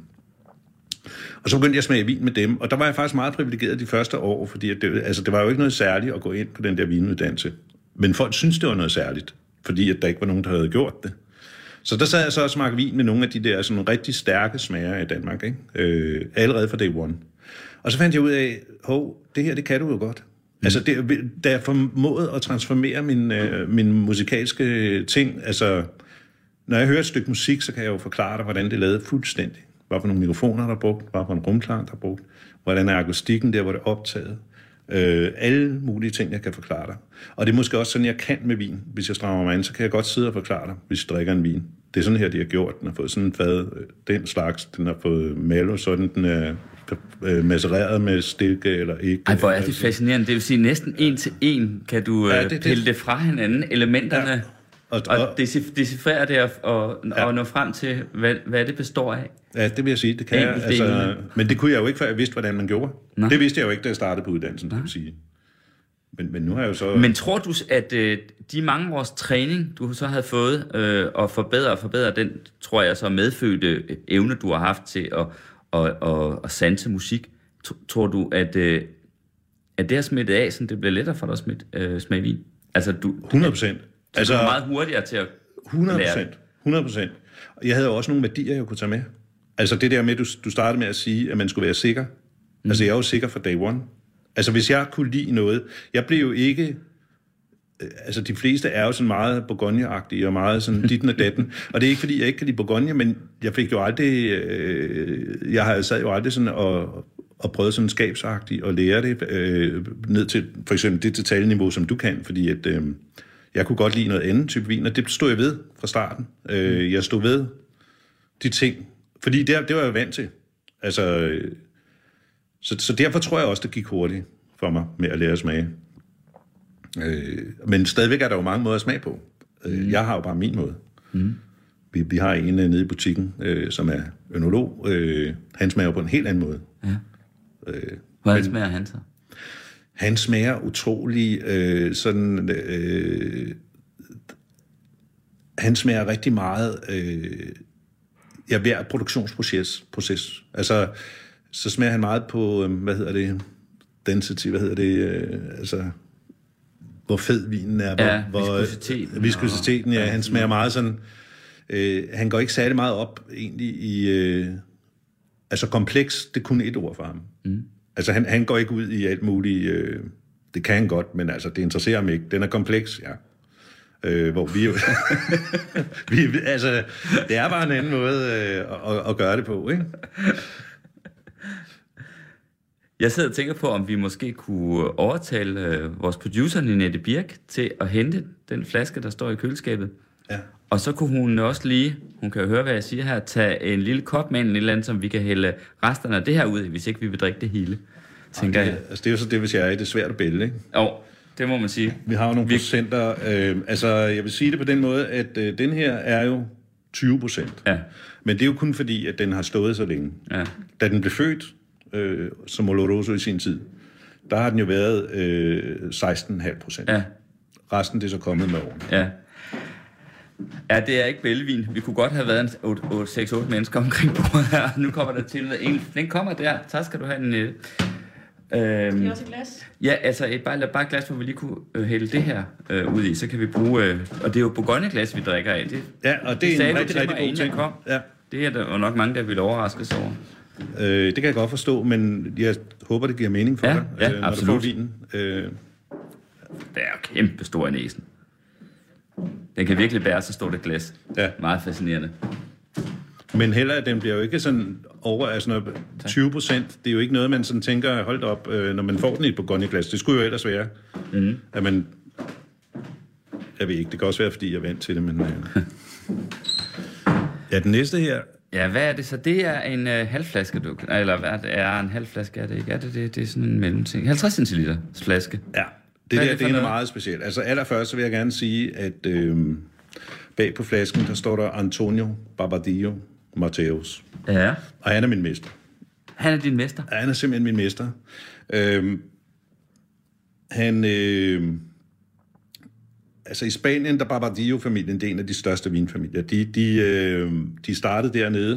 Og så begyndte jeg at smage vin med dem, og der var jeg faktisk meget privilegeret de første år, fordi det var jo ikke noget særligt at gå ind på den der vinuddannelse. Men folk syntes, det var noget særligt, fordi at der ikke var nogen, der havde gjort det. Så der sad jeg så og smagte vin med nogle af de der sådan rigtig stærke smager i Danmark, ikke? Allerede fra day one. Og så fandt jeg ud af, det her, det kan du jo godt. Altså, da jeg formåede at transformere min musikalske ting, altså, når jeg hører et stykke musik, så kan jeg jo forklare dig, hvordan det er lavet fuldstændig. Hvad for nogle mikrofoner, der er brugt, hvad for en rumklang, der er brugt, hvordan er akustikken der, hvor det er optaget. Alle mulige ting, jeg kan forklare dig. Og det er måske også sådan, jeg kan med vin. Hvis jeg strammer mig ind, så kan jeg godt sidde og forklare dig, hvis jeg drikker en vin. Det er sådan her, de har gjort. Den har fået sådan en fad, den slags. Den har fået malo, sådan den er macereret med stilke eller ikke. Ej, hvor er det fascinerende. Det vil sige, næsten en til en kan du pille det fra hinanden, elementerne, ja. Og decifrere det og nå frem til, hvad det består af. Ja, det vil jeg sige, det kan jeg. Altså, men det kunne jeg jo ikke, før jeg vidste, hvordan man gjorde. Nå. Det vidste jeg jo ikke, da jeg startede på uddannelsen, det vil sige. Men nu har jeg jo så... Men tror du, at de mange års træning, du så havde fået, og forbedre den, tror jeg, så medfødte evne, du har haft til at sanse musik, tror du, at det har smittet af, så det bliver lettere for dig at smage vin? Altså, 100%. Altså, du er meget hurtigere til at 100%. Jeg havde også nogle værdier, jeg kunne tage med. Altså det der med, du startede med at sige, at man skulle være sikker. Altså jeg er jo sikker fra day one. Altså hvis jeg kunne lide noget, jeg blev jo ikke... Altså de fleste er jo sådan meget Bourgogne-agtige og meget sådan ditten og datten. Og det er ikke fordi, jeg ikke kan lide Bourgogne, men jeg fik jo aldrig... Jeg sad jo aldrig sådan og prøvede sådan skabsagtigt at lære det ned til for eksempel det detaljeniveau, som du kan, fordi at... Jeg kunne godt lide noget andet type vin, og det stod jeg ved fra starten. Jeg stod ved de ting, fordi det var jeg vant til. Altså, så derfor tror jeg også, det gik hurtigt for mig med at lære at smage. Men stadigvæk er der jo mange måder at smage på. Jeg har jo bare min måde. Vi har en nede i butikken, som er ønolog. Han smager på en helt anden måde. Ja. Hvordan smager han så? Han smager utrolig han smager rigtig meget hver produktionsproces. Altså, så smager han meget på, density, altså, hvor fed vinen er. Ja, viskositeten, ja. Han smager meget sådan, han går ikke særlig meget op egentlig i, altså kompleks, det er kun et ord for ham. Altså, han går ikke ud i alt muligt... det kan han godt, men altså, det interesserer ham ikke. Den er kompleks, ja. Hvor vi jo... altså, det er bare en anden måde at gøre det på, ikke? Jeg sidder og tænker på, om vi måske kunne overtale vores producer, Ninette Birk, til at hente den flaske, der står i køleskabet. Ja. Og så kunne hun også lige, hun kan jo høre, hvad jeg siger her, tage en lille kop med en eller anden, som vi kan hælde resterne af det her ud, hvis ikke vi vil drikke det hele. Tænker jeg. Altså det er jo så det, hvis jeg er i det svært at bælge, ikke? Jo, det må man sige. Vi har jo nogle procenter. Altså, jeg vil sige det på den måde, at den her er jo 20%. Ja. Men det er jo kun fordi, at den har stået så længe. Ja. Da den blev født, som Oloroso i sin tid, der har den jo været 16,5%. Ja. Resten det er så kommet med årene. Ja. Ja, det er ikke bælgevin. Vi kunne godt have været 6-8 mennesker omkring bordet her. Nu kommer der til en. Den kommer der. Så skal du have en... Det er også et glas? Ja, altså bare et glas, hvor vi lige kunne hælde det her ud i. Så kan vi bruge... og det er jo Bourgogne-glas, vi drikker af. Ja, og det er en rigtig god ting. Ja. Det er der nok mange, der vil overraskes over. Det kan jeg godt forstå, men jeg håber, det giver mening for dig, når du får vinen. Det er jo kæmpe stor i næsen. Den kan virkelig bære så stort et glas. Ja. Meget fascinerende. Men heller, den bliver jo ikke sådan over, altså 20%. Det er jo ikke noget, man sådan tænker, holdt op, når man får den i et Bourgogne-glas. Det skulle jo ellers være, at man... Jeg ved ikke, det kan også være, fordi jeg er vant til det, men... Ja, den næste her... Ja, hvad er det så? Det er en halvflaske, eller hvad er en halvflaske? Er det ikke? Det er sådan en mellemting. 50 centiliter flaske. Ja, det er noget meget specielt. Altså allerførst så vil jeg gerne sige, at bag på flasken, der står der Antonio Barbadillo Mateus. Ja. Og han er min mester. Han er din mester? Ja, han er simpelthen min mester. Altså i Spanien, der Barbadillo-familien, det er en af de største vinfamilier. De startede dernede.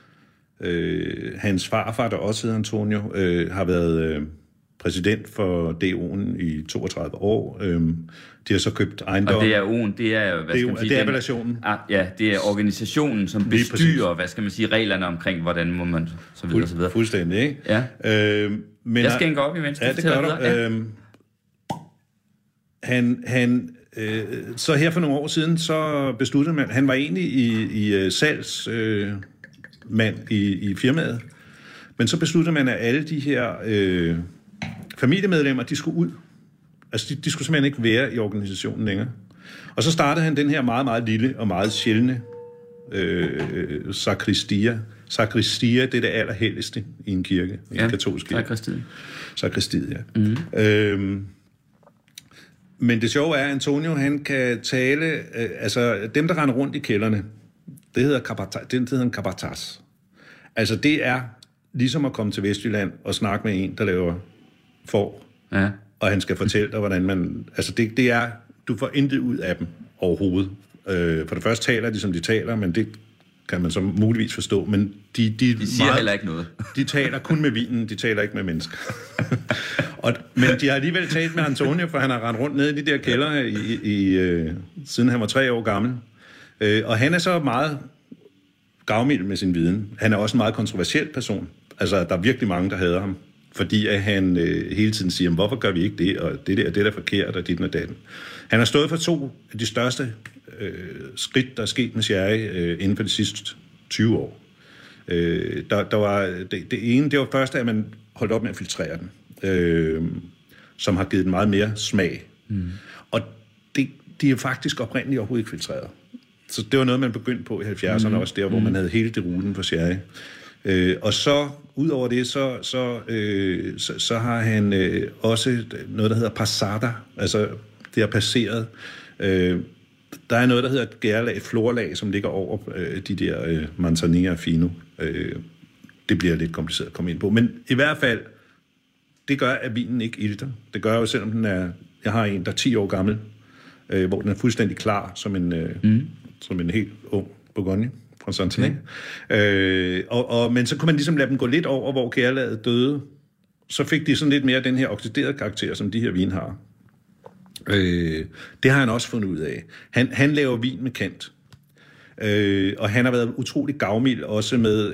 Hans farfar, der også hedder Antonio, har været præsident for DO'en i 32 år. De har så købt ejendom. Og DO'en, det er hvad skal man sige? Det er appellationen. Ja, det er organisationen, som bestyrer, hvad skal man sige, reglerne omkring, hvordan må man, så videre, så videre. Fuldstændig, ikke? Ja. Men jeg skal gå op imens. Ja, det gør du. Så her for nogle år siden, så besluttede man, han var egentlig i salgsmand i firmaet, men så besluttede man, at alle de her familiemedlemmer, de skulle ud. Altså, de skulle simpelthen ikke være i organisationen længere. Og så startede han den her meget, meget lille og meget sjældne sakristia. Sakristia, det er det allerhelligste i en kirke, i en katolsk kirke. Sakristiet, ja. Mm-hmm. Men det sjove er, at Antonio, han kan tale... altså, dem, der render rundt i kælderne, det hedder en capataz. Altså, det er ligesom at komme til Vestjylland og snakke med en, der laver får. Ja. Og han skal fortælle dig, hvordan man... Altså, det er... Du får intet ud af dem overhovedet. For det første taler de, som de taler, men det kan man så muligvis forstå. Men de siger meget, heller ikke noget. De taler kun med vinen, de taler ikke med mennesker. Men de har alligevel talt med Antonio, for han har rendt rundt nede i de der kælder siden han var 3 år gammel. Og han er så meget gavmild med sin viden. Han er også en meget kontroversiel person. Altså, der er virkelig mange, der hader ham. Fordi at han hele tiden siger, hvorfor gør vi ikke det, og det der er forkert, og dit og datten. Han har stået for 2 af de største skridt, der er sket med sherry inden for de sidste 20 år. Der var det ene, det var først, at man holdt op med at filtrere den, som har givet den meget mere smag. Mm. Og de er faktisk oprindeligt overhovedet ikke filtreret. Så det var noget, man begyndte på i 70'erne også, der hvor man havde hele det ruten på sherry. Og så, ud over det, så har han også noget, der hedder passata, altså det er passeret. Der er noget, der hedder et gærlag, florlag, som ligger over de der Manzanilla Fino. Det bliver lidt kompliceret at komme ind på. Men i hvert fald, det gør, at vinen ikke ilter. Det gør jo, selvom den er... Jeg har en, der er 10 år gammel, hvor den er fuldstændig klar, som en helt ung Bourgogne fra Santenay. Men så kunne man ligesom lade dem gå lidt over, hvor gærlaget døde. Så fik de sådan lidt mere den her oxiderede karakter, som de her vin har. Det har han også fundet ud af. Han laver vin med kant. Og han har været utrolig gavmild også med...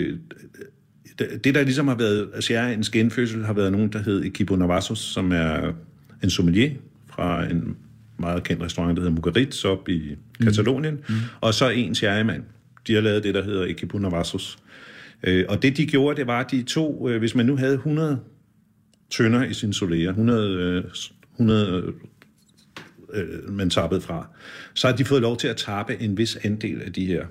det, der ligesom har været... Altså, en genfødsel har været nogen, der hed Equipo Navassos, som er en sommelier fra en meget kendt restaurant, der hedder Mugaritz, op i Katalonien. Og så en sherryman. De har lavet det, der hedder Equipo Navassos. Og det, de gjorde, det var, at de tog... hvis man nu havde 100 tønder i sin solera, 100 man tappede fra, så har de fået lov til at tappe en vis andel af de her.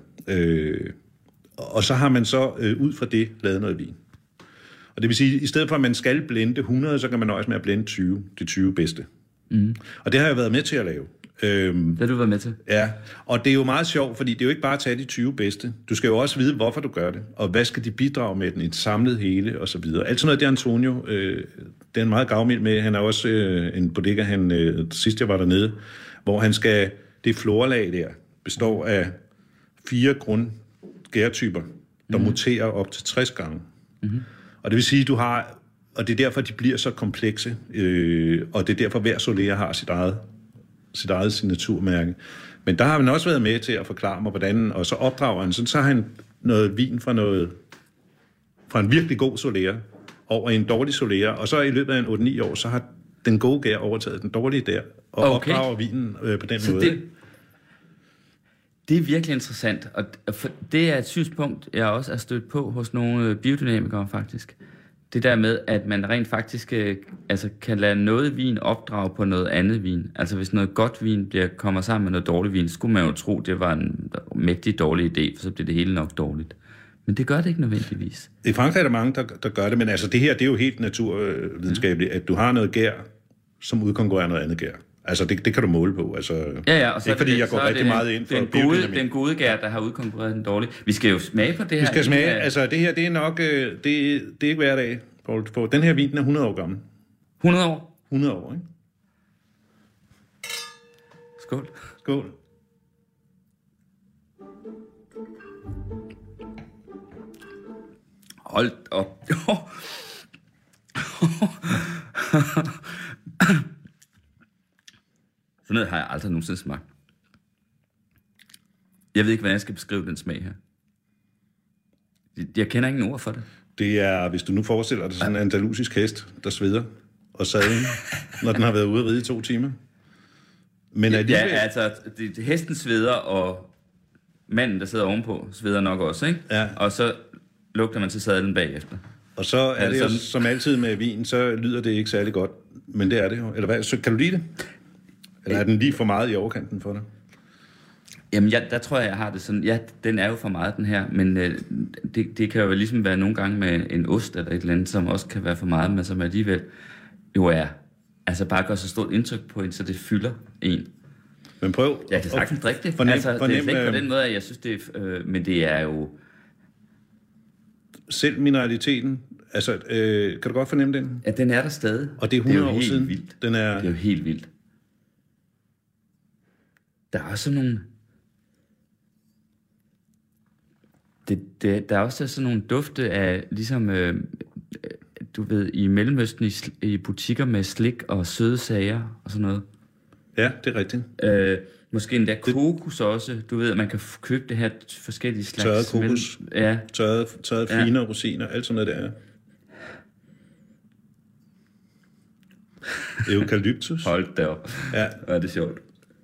Og så har man så ud fra det lavet noget vin. Og det vil sige, at i stedet for at man skal blende 100, så kan man nøjes med at blende 20, de 20 bedste. Mm. Og det har jeg været med til at lave. Det har du været med til? Ja, og det er jo meget sjovt, fordi det er jo ikke bare at tage de 20 bedste. Du skal jo også vide, hvorfor du gør det, og hvad skal de bidrage med den i et samlet hele, og så videre. Alt sådan noget, det er Antonio, det er en meget gavmild med. Han er også en bodega, sidst jeg var dernede, hvor han skal, det florlag der, består af 4 grundgærtyper, der muterer op til 60 gange. Mm-hmm. Og det vil sige, du har, og det er derfor, de bliver så komplekse, og det er derfor, hver solera har sit eget signaturmærke. Men der har man også været med til at forklare mig, hvordan, og så opdrager han, så har han noget vin fra en virkelig god solera over en dårlig solera, og så i løbet af en 8-9 år, så har den gode gær overtaget den dårlige der, og opdrager vinen på den så måde. Det er virkelig interessant, og det er et synspunkt, jeg også er stødt på hos nogle biodynamikere faktisk. Det der med, at man rent faktisk kan lade noget vin opdrage på noget andet vin. Altså hvis noget godt vin kommer sammen med noget dårligt vin, så skulle man jo tro, det var en mægtig dårlig idé, for så bliver det hele nok dårligt. Men det gør det ikke nødvendigvis. I Frankrig er der mange, der gør det, men altså det her, det er jo helt naturvidenskabeligt, at du har noget gær, som udkonkurrerer noget andet gær. Altså, det kan du måle på. Altså, ja, og så ikke fordi jeg går rigtig meget ind for den gode gær, der har udkonkurreret den dårlige. Vi skal jo smage på det her. Vi skal smage. Altså, det her, det er nok... det er ikke hver dag, Poul. Den her vin, den er 100 år gammel. 100 år? 100 år, ikke? Skål. Skål. Hold op. Sådan noget har jeg aldrig nogensinde smagt. Jeg ved ikke, hvordan jeg skal beskrive den smag her. Jeg kender ingen ord for det. Det er, hvis du nu forestiller dig sådan en andalusisk hest, der sveder og sadlen, når den har været ude at ride i 2 timer. Men ja, altså, hesten sveder, og manden, der sidder ovenpå, sveder nok også, ikke? Ja. Og så lugter man til sadlen bagefter. Og så er det jo, som altid med vin, så lyder det ikke særlig godt. Men det er det jo. Eller hvad? Så kan du lide det? Eller er den lige for meget i overkanten for dig? Jamen, der tror jeg har det sådan... Ja, den er jo for meget, den her. Men det kan jo ligesom være nogle gange med en ost eller et eller andet, som også kan være for meget, men som alligevel jo er... Altså bare gør så stort indtryk på en, så det fylder en. Men prøv... Jeg kan sagtens drikke det. Det er slet ikke på den måde, at jeg synes, det er... men det er jo... Selv mineraliteten... Altså, kan du godt fornemme den? Ja, den er der stadig. Og det er 100 år siden. Vildt. Det er jo helt vildt. Der er også nogle... Der er også sådan nogle dufte af, ligesom, du ved, i Mellemøsten i butikker med slik og søde sager og sådan noget. Ja, det er rigtigt. Måske endda kokos også. Du ved, at man kan købe det her forskellige slags... Tørret kokos. Ja. Tørret fine rosiner, alt sådan noget der. Eukalyptus. Hold da op. Ja. Det er sjovt.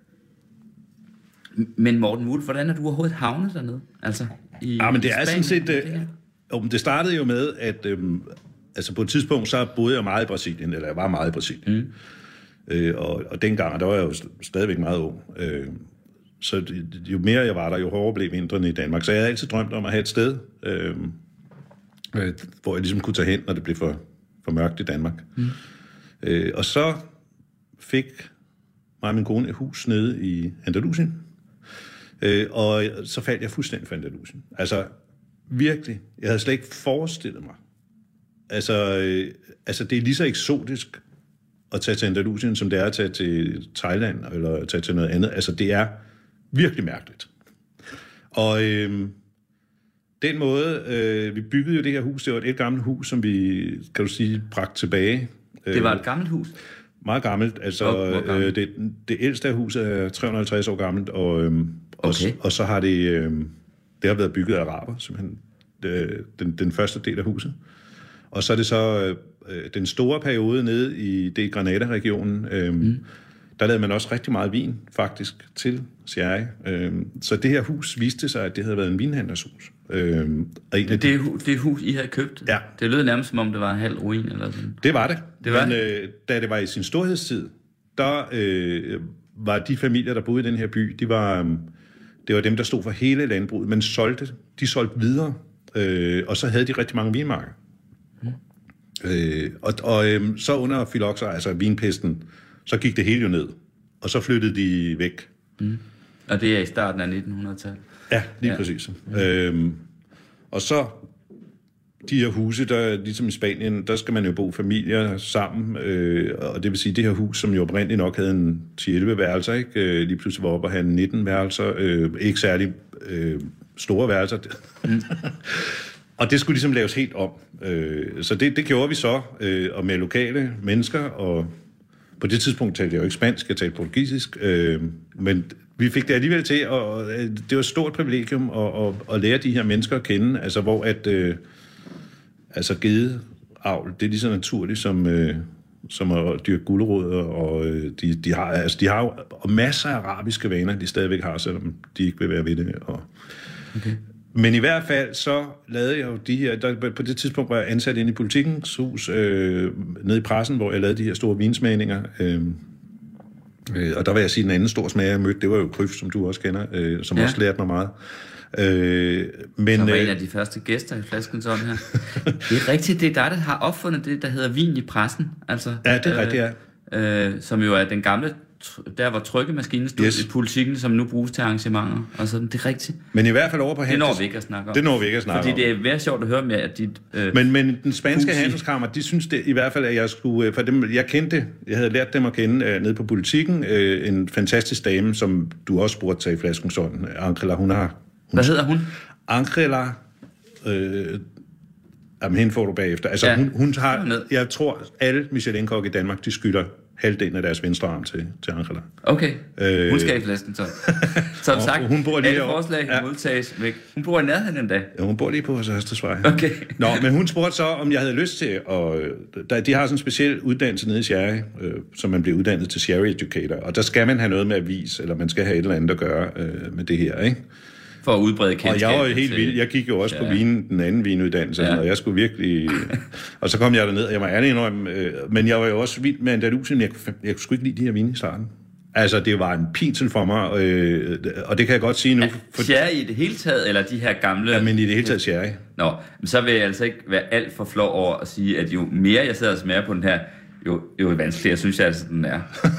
Men Morten Muhl, hvordan er du overhovedet havnet dernede? Altså, men det er sådan set... det startede jo med, at altså på et tidspunkt, så boede jeg meget i Brasilien, eller jeg var meget i Brasilien. Og dengang, der var jeg jo stadigvæk meget ung. Så jo mere jeg var der, jo hårdere blev vintrene i Danmark. Så jeg havde altid drømt om at have et sted, hvor jeg ligesom kunne tage hen, når det blev for mørkt i Danmark. Og så fik mig og min kone et hus nede i Andalusien. Og så faldt jeg fuldstændig for Andalusien. Altså, virkelig. Jeg havde slet ikke forestillet mig. Altså det er lige så eksotisk at tage til Andalusien, som det er at tage til Thailand, eller tage til noget andet. Altså, det er virkelig mærkeligt. Og den måde, vi byggede jo det her hus, det var et gammelt hus, som vi, kan du sige, bragte tilbage. Det var et gammelt hus? Meget gammelt. Altså, det ældste af huset er 350 år gammelt, og så har det har været bygget af araber, simpelthen den første del af huset. Og så er det så den store periode nede i det Granada-regionen, der lavede man også rigtig meget vin, faktisk, til Sherry. Så det her hus viste sig, at det havde været en vinhandlershus. Det hus, I havde købt? Ja. Det lød nærmest, som om det var en halv ruin, eller sådan. Det var det. Da det var i sin storhedstid, der var de familier, der boede i den her by, det var dem, der stod for hele landbruget, men de solgte videre, og så havde de rigtig mange vinmarker. Så under filoxer, altså vinpesten, så gik det hele jo ned, og så flyttede de væk. Og det er i starten af 1900-tallet? Ja, lige præcis. Og så de her huse, der ligesom i Spanien, der skal man jo bo familier sammen, og det vil sige, det her hus, som jo oprindeligt nok havde en 10-11 værelser, ikke? Lige pludselig var oppe og have 19 værelser, ikke særlig store værelser. Og det skulle ligesom laves helt om. Så det gjorde vi så, og med lokale mennesker, og på det tidspunkt talte jeg jo ikke spansk, jeg talte portugisisk, men vi fik det alligevel til, og det var et stort privilegium at lære de her mennesker at kende, altså hvor at gedeavl, det er lige så naturligt som som at dyrke gulerødder, og de har jo masser af arabiske vaner, de stadigvæk har, selvom de ikke vil være ved det. Okay. Men i hvert fald, så lavede jeg jo de her... På det tidspunkt var jeg ansat inde i Politikens Hus, nede i pressen, hvor jeg lavede de her store vinsmagninger. Og der vil jeg sige, den anden store smag, jeg mødte, det var jo Kryf, som du også kender, som også lærte mig meget. Men, som var en af de første gæster i Flasken sådan her. Det er rigtigt, det er dig, der har opfundet det, der hedder vin i pressen. Altså, ja, det er rigtigt, ja. Som jo er den gamle, der hvor trykkemaskinen stod i Politikken, som nu bruges til arrangementer. Og sådan, det er rigtigt. Men i hvert fald over på det når vi ikke at snakke om. Det når vi ikke at snakke om. Fordi det er mere sjovt at høre med, at dit... Men den spanske handelskammer, de synes det, i hvert fald, at jeg skulle... For dem, jeg kendte, jeg havde lært dem at kende nede på Politikken. En fantastisk dame, som du også spurgte til i Flasken sådan. Angela, hvad hedder hun? Angela... Jamen, hende får du bagefter. Altså, hun har... Jeg tror, alle Michelin-kokke i Danmark, de skylder halvdelen af deres venstre arm til Angela. Okay. Hun skal i Flasken så. Som sagt, hun bor lige alle forslag modtages væk. Hun bor i nærheden en dag. Ja, hun bor lige på hos Østersvej. Okay. Nå, men hun spurgte så, om jeg havde lyst til at... De har sådan en speciel uddannelse nede i Sherry, som man bliver uddannet til Sherry Educator, og der skal man have noget med avis, eller man skal have et eller andet at gøre med det her, ikke? For at udbrede kendskab. Og jeg var jo helt vild. Jeg gik jo også på den anden vinuddannelse, og jeg skulle virkelig... Og så kom jeg derned, og jeg var ærlig indrømme, men jeg var jo også vild med Andalusien. Jeg kunne sgu ikke lide de her vine i starten. Altså, det var en pinsel for mig, og det kan jeg godt sige nu. Sherry i det hele taget, eller de her gamle... Ja, men i det hele taget sherry. Nå, men så vil jeg altså ikke være alt for flov over at sige, at jo mere jeg sidder og smager på den her, jo vanskeligere synes jeg altså, den er.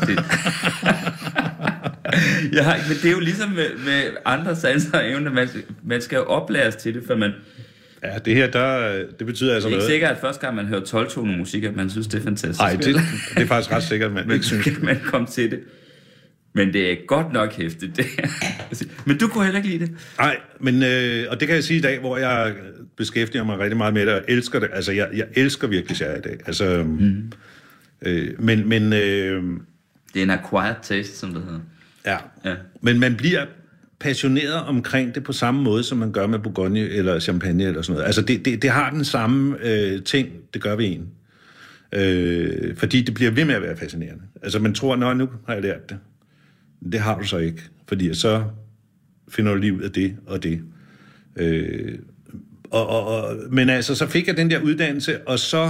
Men det er jo ligesom med andre sanser og evner, man skal jo oplæres til det, for man... Ja, det her, det betyder altså noget. Det er ikke sikkert, at første gang man hører 12-tone musik, at man synes, det er fantastisk. Nej, det er faktisk ret sikkert, at man ikke synes det. Man kommer til det. Men det er godt nok hæftigt, det her. Men du kunne heller ikke lide det. Nej, men, og det kan jeg sige i dag, hvor jeg beskæftiger mig rigtig meget med det, og elsker det. Altså, jeg elsker virkelig sherry i dag. Altså, men det er en acquired taste, som det hedder. Ja, men man bliver passioneret omkring det på samme måde, som man gør med Bourgogne eller Champagne eller sådan noget. Altså, det har den samme ting, det gør ved en. Fordi det bliver ved med at være fascinerende. Altså, man tror, nu har jeg lært det. Det har du så ikke, fordi så finder du lige ud af det og det. Men altså, så fik jeg den der uddannelse, og så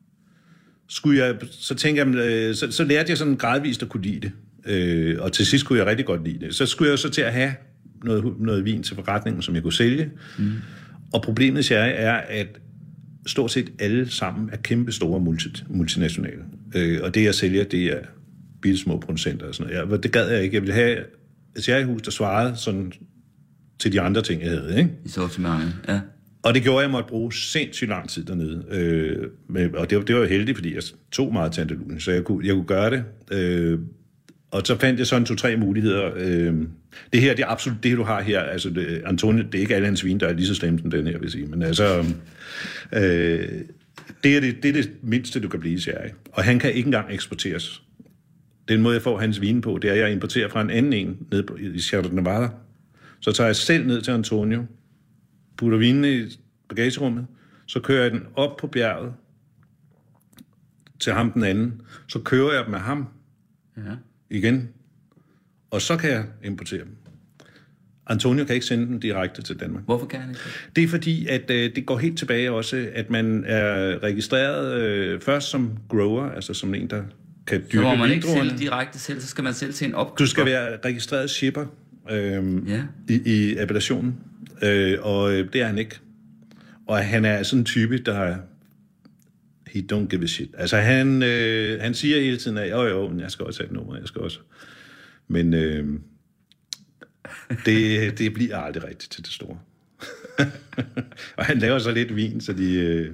så lærte jeg sådan gradvist at kunne lide det. Og til sidst kunne jeg rigtig godt lide det. Så skulle jeg så til at have noget vin til forretningen, som jeg kunne sælge. Og problemet, sherry, er, at stort set alle sammen er kæmpe store multinationale. Og det, jeg sælger, det er bilsmå producenter og sådan noget. Det gad jeg ikke. Jeg ville have et sherryhus, der svarede sådan til de andre ting, jeg havde, ikke? I sortimentet, ja. Og det gjorde, at jeg måtte bruge sindssygt lang tid dernede. Og det var jo heldigt, fordi jeg tog meget til Andalusien, så jeg kunne gøre det. Og så fandt jeg sådan 2-3 muligheder. Det her, det er absolut det, du har her. Altså, Antonio, det er ikke alle hans vin, der er lige så slemt som den her, vil sige. Men altså, det er det mindste, du kan blive i sherry. Og han kan ikke engang eksporteres. Den måde, jeg får hans vin på, det er, at jeg importerer fra en anden en nede i Sierra Nevada. Så tager jeg selv ned til Antonio, putter vinen i bagagerummet, så kører jeg den op på bjerget til ham den anden. Så kører jeg dem med ham igen, og så kan jeg importere dem. Antonio kan ikke sende den direkte til Danmark. Hvorfor kan han ikke? Det er fordi, at det går helt tilbage også, at man er registreret først som grower, altså som en, der kan dyrke vindruerne. Så må man ikke sælge direkte selv, så skal man sælge til en opkøber. Du skal være registreret shipper i appellationen, og det er han ikke. Og han er sådan en type, der he don't give a shit. Altså han siger hele tiden, at jo, jeg skal også have et nummer, jeg skal også. Men det bliver aldrig rigtigt til det store. Og han laver så lidt vin, så de...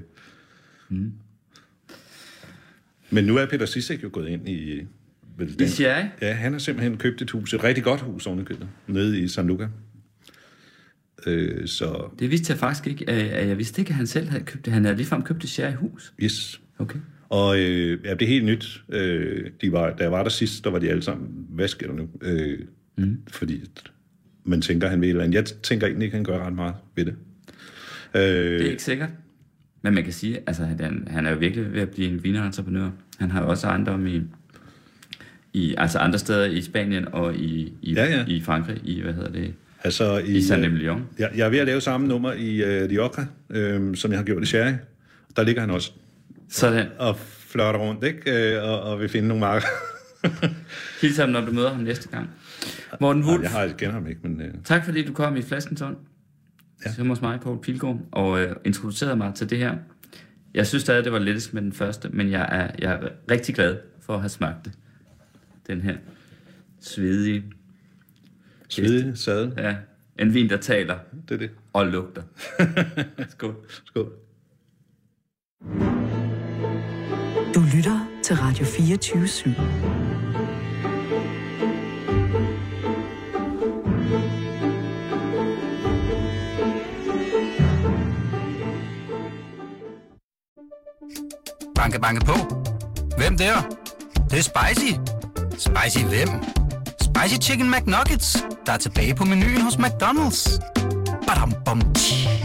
Men nu er Peter Sisek jo gået ind i... I Sherry? Ja, han har simpelthen købt et hus, et rigtig godt hus ovenikøbet, nede i San Luca. Så... Det vidste jeg faktisk ikke. Jeg vidste ikke, at han selv havde købt det. Han havde ligefrem købt et Sherry-hus. Yes. Okay. Og det er helt nyt. Da jeg var der sidst, der var de alle sammen, hvad sker der nu? Fordi man tænker, han vil eller andet. Jeg tænker egentlig ikke, han gør ret meget ved det. Det er ikke sikkert. Men man kan sige, altså han er jo virkelig ved at blive en vinerentreprenør. Han har jo også ejendom i altså andre steder i Spanien og i Frankrig, i Saint-Emilion. Jeg er ved at lave samme nummer i Rioja, som jeg har gjort i Sherry. Der ligger han også. Sådan. Og flørter rundt, ikke? Og vil finde nogle marker. Hils ham, når du møder ham næste gang. Morten Wulff. Jeg har igen ham ikke, men... Tak fordi du kom i Flaskensund. Ja. Hos mig, Poul Pilgaard, og introducerede mig til det her. Jeg synes stadig, det var lettest med den første, men jeg er rigtig glad for at have smagt det. Den her svedige sadel. Ja, en vin, der taler. Det er det. Og lugter. Skål. Skål. Du lytter til Radio 24/7. Banke, banke på. Hvem der? Det er spicy. Spicy hvem? Spicy Chicken McNuggets, der er tilbage på menuen hos McDonald's. Badum, bom, tji.